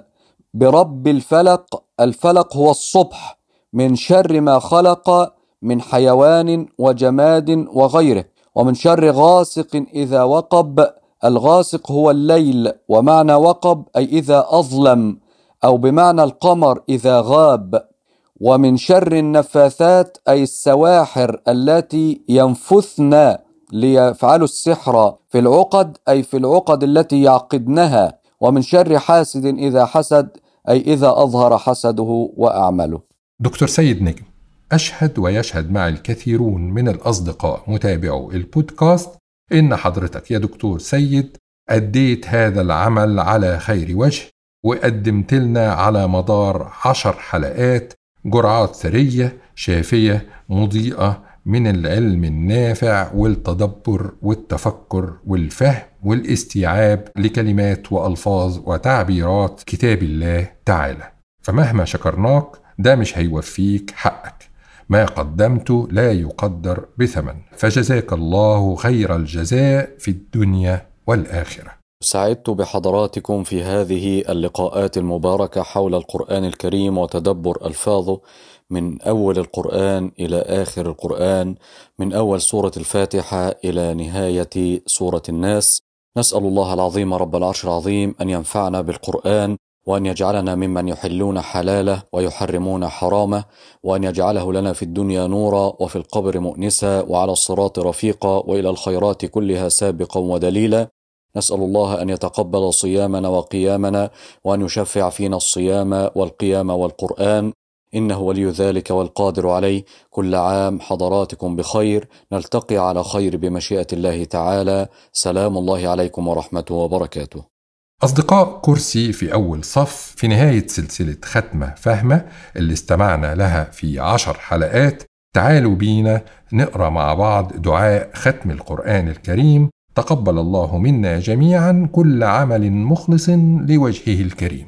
برب الفلق، الفلق هو الصبح، من شر ما خلق من حيوان وجماد وغيره، ومن شر غاسق إذا وقب، الغاسق هو الليل، ومعنى وقب أي إذا أظلم، أو بمعنى القمر إذا غاب، ومن شر النفاثات أي السواحر التي ينفثن ليفعلوا السحر في العقد، أي في العقد التي يعقدنها، ومن شر حاسد إذا حسد أي إذا أظهر حسده وأعمله. دكتور سيد نجم، أشهد ويشهد مع الكثيرون من الأصدقاء متابعو البودكاست إن حضرتك يا دكتور سيد أديت هذا العمل على خير وجه، وقدمت لنا على مدار 10 حلقات جرعات ثرية شافية مضيئة من العلم النافع والتدبر والتفكر والفهم والاستيعاب لكلمات وألفاظ وتعبيرات كتاب الله تعالى. فمهما شكرناك ده مش هيوفيك حقك، ما قدمت لا يقدر بثمن، فجزاك الله خير الجزاء في الدنيا والآخرة. سعدت بحضراتكم في هذه اللقاءات المباركة حول القرآن الكريم وتدبر ألفاظه من أول القرآن إلى آخر القرآن، من أول سورة الفاتحة إلى نهاية سورة الناس. نسأل الله العظيم رب العرش العظيم أن ينفعنا بالقرآن، وأن يجعلنا ممن يحلون حلاله ويحرمون حرامه، وأن يجعله لنا في الدنيا نورا وفي القبر مؤنسا وعلى الصراط رفيقا وإلى الخيرات كلها سابقا ودليلا. نسأل الله أن يتقبل صيامنا وقيامنا، وأن يشفع فينا الصيام والقيام والقرآن، إنه ولي ذلك والقادر عليه. كل عام حضراتكم بخير، نلتقي على خير بمشيئة الله تعالى. سلام الله عليكم ورحمته وبركاته. أصدقاء كرسي في أول صف، في نهاية سلسلة ختمة فهمة اللي استمعنا لها في 10 حلقات، تعالوا بينا نقرأ مع بعض دعاء ختم القرآن الكريم. تقبل الله منا جميعا كل عمل مخلص لوجهه الكريم.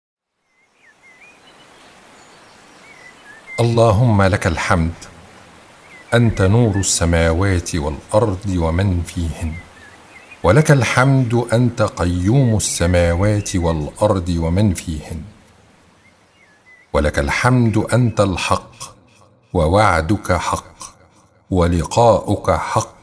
اللهم لك الحمد، أنت نور السماوات والأرض ومن فيهن، ولك الحمد أنت قيوم السماوات والأرض ومن فيهن، ولك الحمد أنت الحق، ووعدك حق، ولقاؤك حق،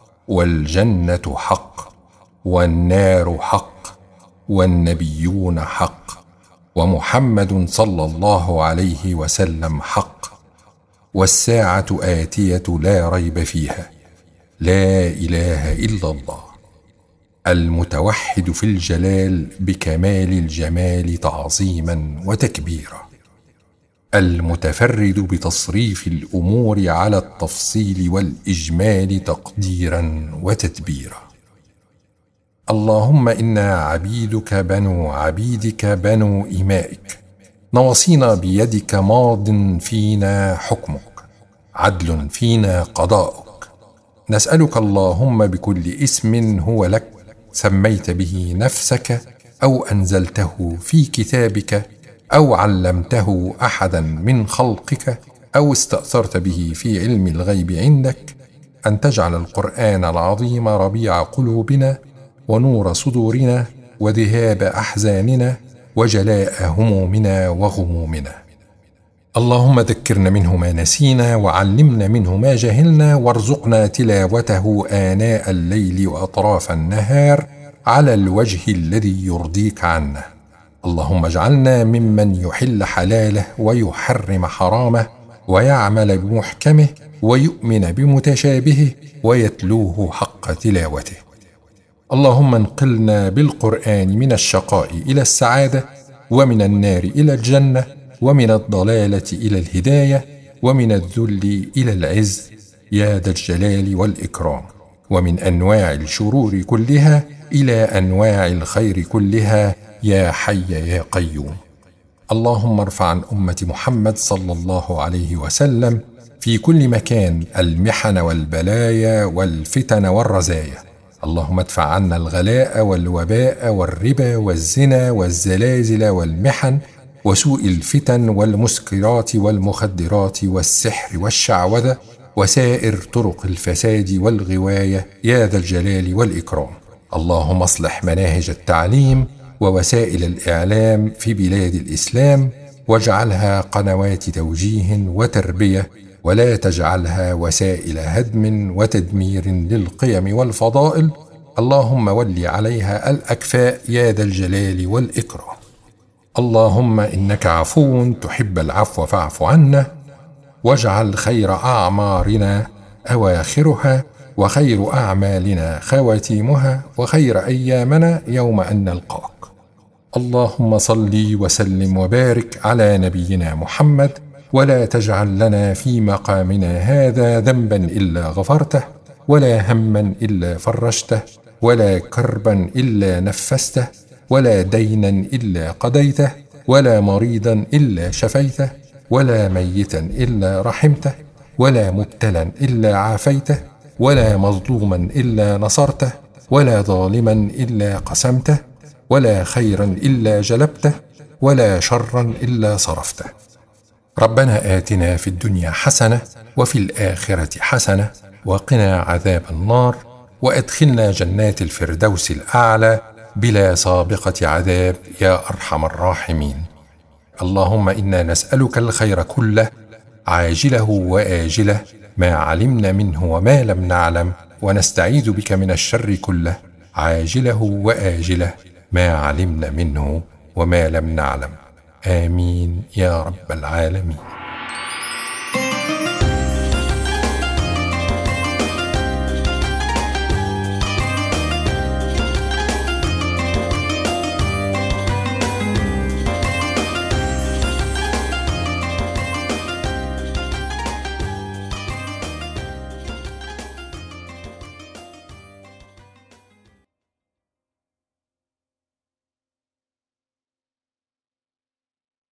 والجنة حق، والنار حق، والنبيون حق، ومحمد صلى الله عليه وسلم حق، والساعة آتية لا ريب فيها، لا إله إلا الله، المتوحد في الجلال بكمال الجمال تعظيما وتكبيرا، المتفرد بتصريف الأمور على التفصيل والإجمال تقديرا وتدبيرا. اللهم إنا عبيدك بنو عبيدك بنو إمائك، نواصينا بيدك، ماض فينا حكمك، عدل فينا قضاؤك. نسألك اللهم بكل اسم هو لك سميت به نفسك أو أنزلته في كتابك أو علمته أحدا من خلقك أو استأثرت به في علم الغيب عندك، أن تجعل القرآن العظيم ربيع قلوبنا ونور صدورنا وذهاب أحزاننا وجلاء همومنا وغمومنا. اللهم ذكرنا منه ما نسينا، وعلمنا منه ما جهلنا، وارزقنا تلاوته آناء الليل وأطراف النهار على الوجه الذي يرضيك عنا. اللهم اجعلنا ممن يحل حلاله ويحرم حرامه، ويعمل بمحكمه ويؤمن بمتشابهه ويتلوه حق تلاوته. اللهم انقلنا بالقرآن من الشقاء إلى السعادة، ومن النار إلى الجنة، ومن الضلالة إلى الهداية، ومن الذل إلى العز، يا ذا الجلال والإكرام، ومن أنواع الشرور كلها إلى أنواع الخير كلها، يا حي يا قيوم. اللهم ارفع عن أمة محمد صلى الله عليه وسلم في كل مكان المحن والبلايا والفتن والرزايا. اللهم ادفع عنا الغلاء والوباء والربا والزنا والزلازل والمحن وسوء الفتن والمسكرات والمخدرات والسحر والشعوذة وسائر طرق الفساد والغواية، يا ذا الجلال والإكرام. اللهم اصلح مناهج التعليم ووسائل الإعلام في بلاد الإسلام، واجعلها قنوات توجيه وتربية، ولا تجعلها وسائل هدم وتدمير للقيم والفضائل. اللهم ول عليها الأكفاء، يا ذا الجلال والإكرام. اللهم إنك عفو تحب العفو فاعف عنا، واجعل خير أعمارنا أواخرها، وخير أعمالنا خواتيمها، وخير أيامنا يوم أن نلقاك. اللهم صل وسلم وبارك على نبينا محمد، ولا تجعل لنا في مقامنا هذا ذنبا إلا غفرته، ولا هما إلا فرجته، ولا كربا إلا نفسته، ولا دينا إلا قضيته، ولا مريضا إلا شفيته، ولا ميتا إلا رحمته، ولا مبتلا إلا عافيته، ولا مظلوما إلا نصرته، ولا ظالما إلا قسمته، ولا خيرا إلا جلبته، ولا شرا إلا صرفته. ربنا آتنا في الدنيا حسنة وفي الآخرة حسنة وقنا عذاب النار، وأدخلنا جنات الفردوس الأعلى بلا سابقة عذاب يا أرحم الراحمين. اللهم إنا نسألك الخير كله عاجله وآجله، ما علمنا منه وما لم نعلم، ونستعيذ بك من الشر كله عاجله وآجله، ما علمنا منه وما لم نعلم. آمين يا رب العالمين.